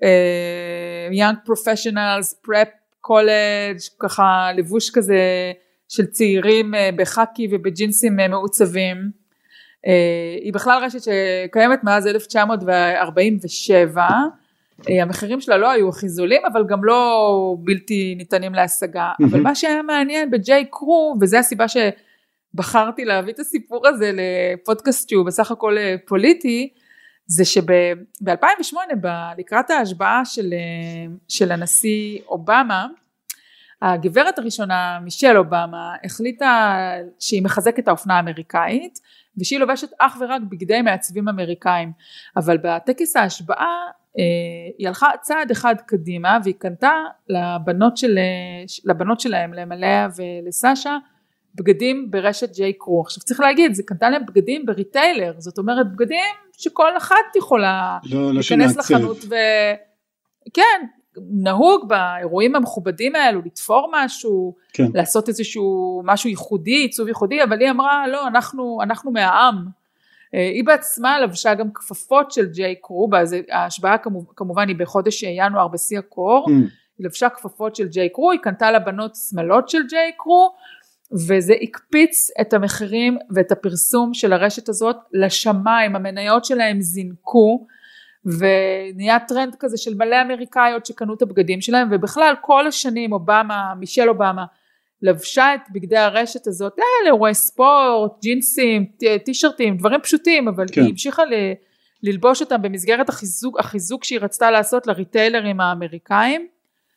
uh, young professionals, prep college, ככה לבוש כזה של צעירים uh, בחקי ובג'ינסים uh, מעוצבים. Uh, היא בכלל רשת שקיימת מאז אלף תשע מאות ארבעים ושבע, uh, המחירים שלה לא היו הכי זולים, אבל גם לא בלתי ניתנים להשגה. Mm-hmm. אבל מה שהיה מעניין בג'יי קרו, וזה הסיבה ש... בחרתי להביא את הסיפור הזה לפודקאסט שהוא בסך הכל פוליטי, זה שב-אלפיים ושמונה, לקראת ההשבעה של, של הנשיא אובמה, הגברת הראשונה, מישל אובמה, החליטה שהיא מחזקת את האופנה האמריקאית, ושהיא לובשת אך ורק בגדי מעצבים אמריקאים, אבל בטקס ההשבעה, היא הלכה צעד אחד קדימה, והיא קנתה לבנות, של, לבנות שלהם, למלאה ולסשה, בגדים ברשת ג'יי קרו. עכשיו צריך להגיד, זה קנתה להם בגדים בריטיילר, זאת אומרת בגדים שכל אחת יכולה לא, להיכנס לא לחנות, וכן, נהוג באירועים המכובדים האלו, לתפור משהו, כן. לעשות איזשהו משהו ייחודי, עיצוב ייחודי, אבל היא אמרה, לא, אנחנו, אנחנו מהעם. היא בעצמה לבשה גם כפפות של ג'יי קרו, ההשבעה כמובן היא בחודש ינואר בשיא הקור, mm. היא לבשה כפפות של ג'יי קרו, היא קנתה לבנות שמלות של ג'יי קרו, וזה הקפיץ את המחירים ואת הפרסום של הרשת הזאת לשמיים, המניות שלהם זינקו, ונהיה טרנד כזה של מלא אמריקאיות שקנו את הבגדים שלהם, ובכלל כל השנים אובמה, מישל אובמה, לבשה את בגדי הרשת הזאת, לאירועי ספורט, ג'ינסים, טישרטים, דברים פשוטים, אבל כן. היא המשיכה ל, ללבוש אותם במסגרת החיזוק, החיזוק שהיא רצתה לעשות לריטיילרים האמריקאים,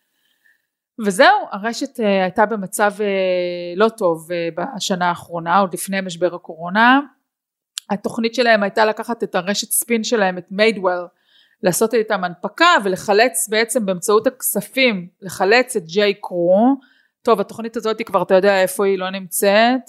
וזהו, הרשת הייתה במצב לא טוב בשנה האחרונה, עוד לפני משבר הקורונה, התוכנית שלהם הייתה לקחת את הרשת ספין שלהם, את מיידוול, לעשות איתם הנפקה ולחלץ בעצם באמצעות הכספים, לחלץ את ג'יי קרו, טוב התוכנית הזאת היא כבר אתה יודע איפה היא לא נמצאת,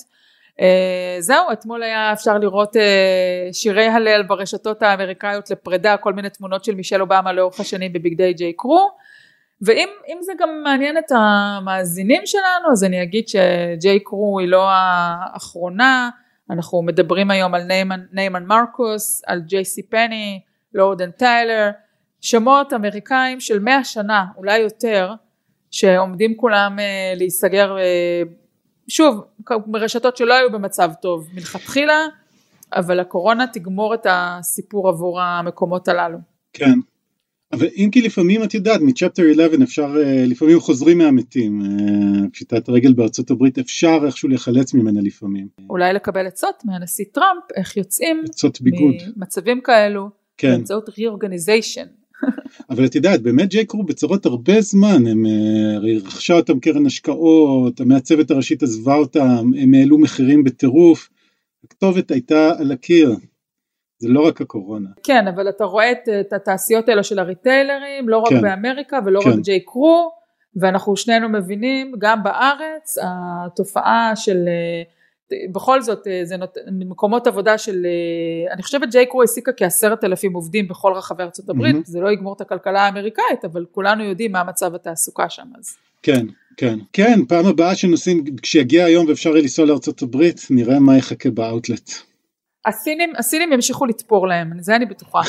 זהו אתמול היה אפשר לראות שירי הלל ברשתות האמריקאיות לפרידה, כל מיני תמונות של מישל אובמה לאורך השנים בבגדי ג'יי קרו, ואם אם זה גם מעניין את המאזינים שלנו, אז אני אגיד שג'יי קרו היא לא האחרונה, אנחנו מדברים היום על ניימן, ניימן מרקוס, על ג'יי סי פני, לורד אנד טיילר, שמות אמריקאים של מאה שנה, אולי יותר, שעומדים כולם להיסגר, שוב, רשתות שלא היו במצב טוב מלכתחילה, אבל הקורונה תגמור את הסיפור עבור המקומות הללו. כן, אבל אם כי לפעמים את יודעת, מ-Chapter אחת עשר אפשר, לפעמים חוזרים מהמתים, פשיטת רגל בארצות הברית, אפשר איכשהו לחלץ ממנה לפעמים. אולי לקבל עצות מהנשיא טראמפ, איך יוצאים ממצבים כאלו, כן. באמצעות re-organization. אבל את יודעת, באמת ג'יי קרו בצרות הרבה זמן, הם רכשה אותם קרן השקעות, המעצבת הראשית עזבה אותם, הם העלו מחירים בטירוף, הכתובת הייתה על הקיר, זה לא רק הקורונה. כן, אבל אתה רואה את, את התעשיות האלה של הריטיילרים, לא רק כן. באמריקה ולא כן. רק ג'יי קרו, ואנחנו שנינו מבינים, גם בארץ, התופעה של, בכל זאת, זה נות, מקומות עבודה של, אני חושבת ג'יי קרו העסיקה כעשרת אלפים עובדים בכל רחבי ארצות הברית, mm-hmm. זה לא יגמור את הכלכלה האמריקאית, אבל כולנו יודעים מה מצב התעסוקה שם אז. כן, כן, כן, פעם הבאה שנוסעים, כשיגיע היום ואפשר לנסוע לארצות הברית, נראה מה יחכה באוטלט. הסינים, הסינים ימשיכו לתפור להם, זה אני בטוחה.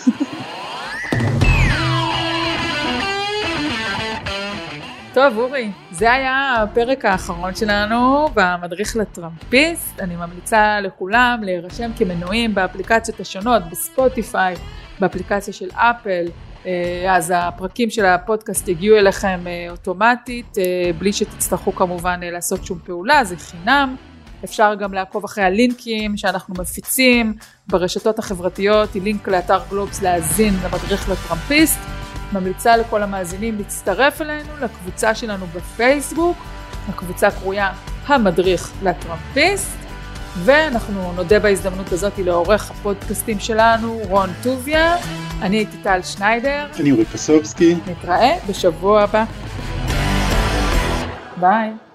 טוב אורי, זה היה הפרק האחרון שלנו במדריך לטראמפיסט, אני ממליצה לכולם להירשם כמנויים באפליקציות השונות, בספוטיפיי, באפליקציה של אפל, אז הפרקים של הפודקאסט יגיעו אליכם אוטומטית, בלי שתצטרכו כמובן לעשות שום פעולה, זה חינם. אפשר גם לעקוב אחרי הלינקים שאנחנו מפיצים ברשתות החברתיות, היא לינק לאתר גלובס להאזין למדריך לטראמפיסט. ממליצה לכל המאזינים להצטרף אלינו לקבוצה שלנו בפייסבוק, הקבוצה קרויה המדריך לטראמפיסט, ואנחנו נודה בהזדמנות הזאת לעורך הפודקאסטים שלנו, רון טוביה, אני הייתי טל שניידר. אני אורי פסובסקי. נתראה בשבוע הבא. ביי.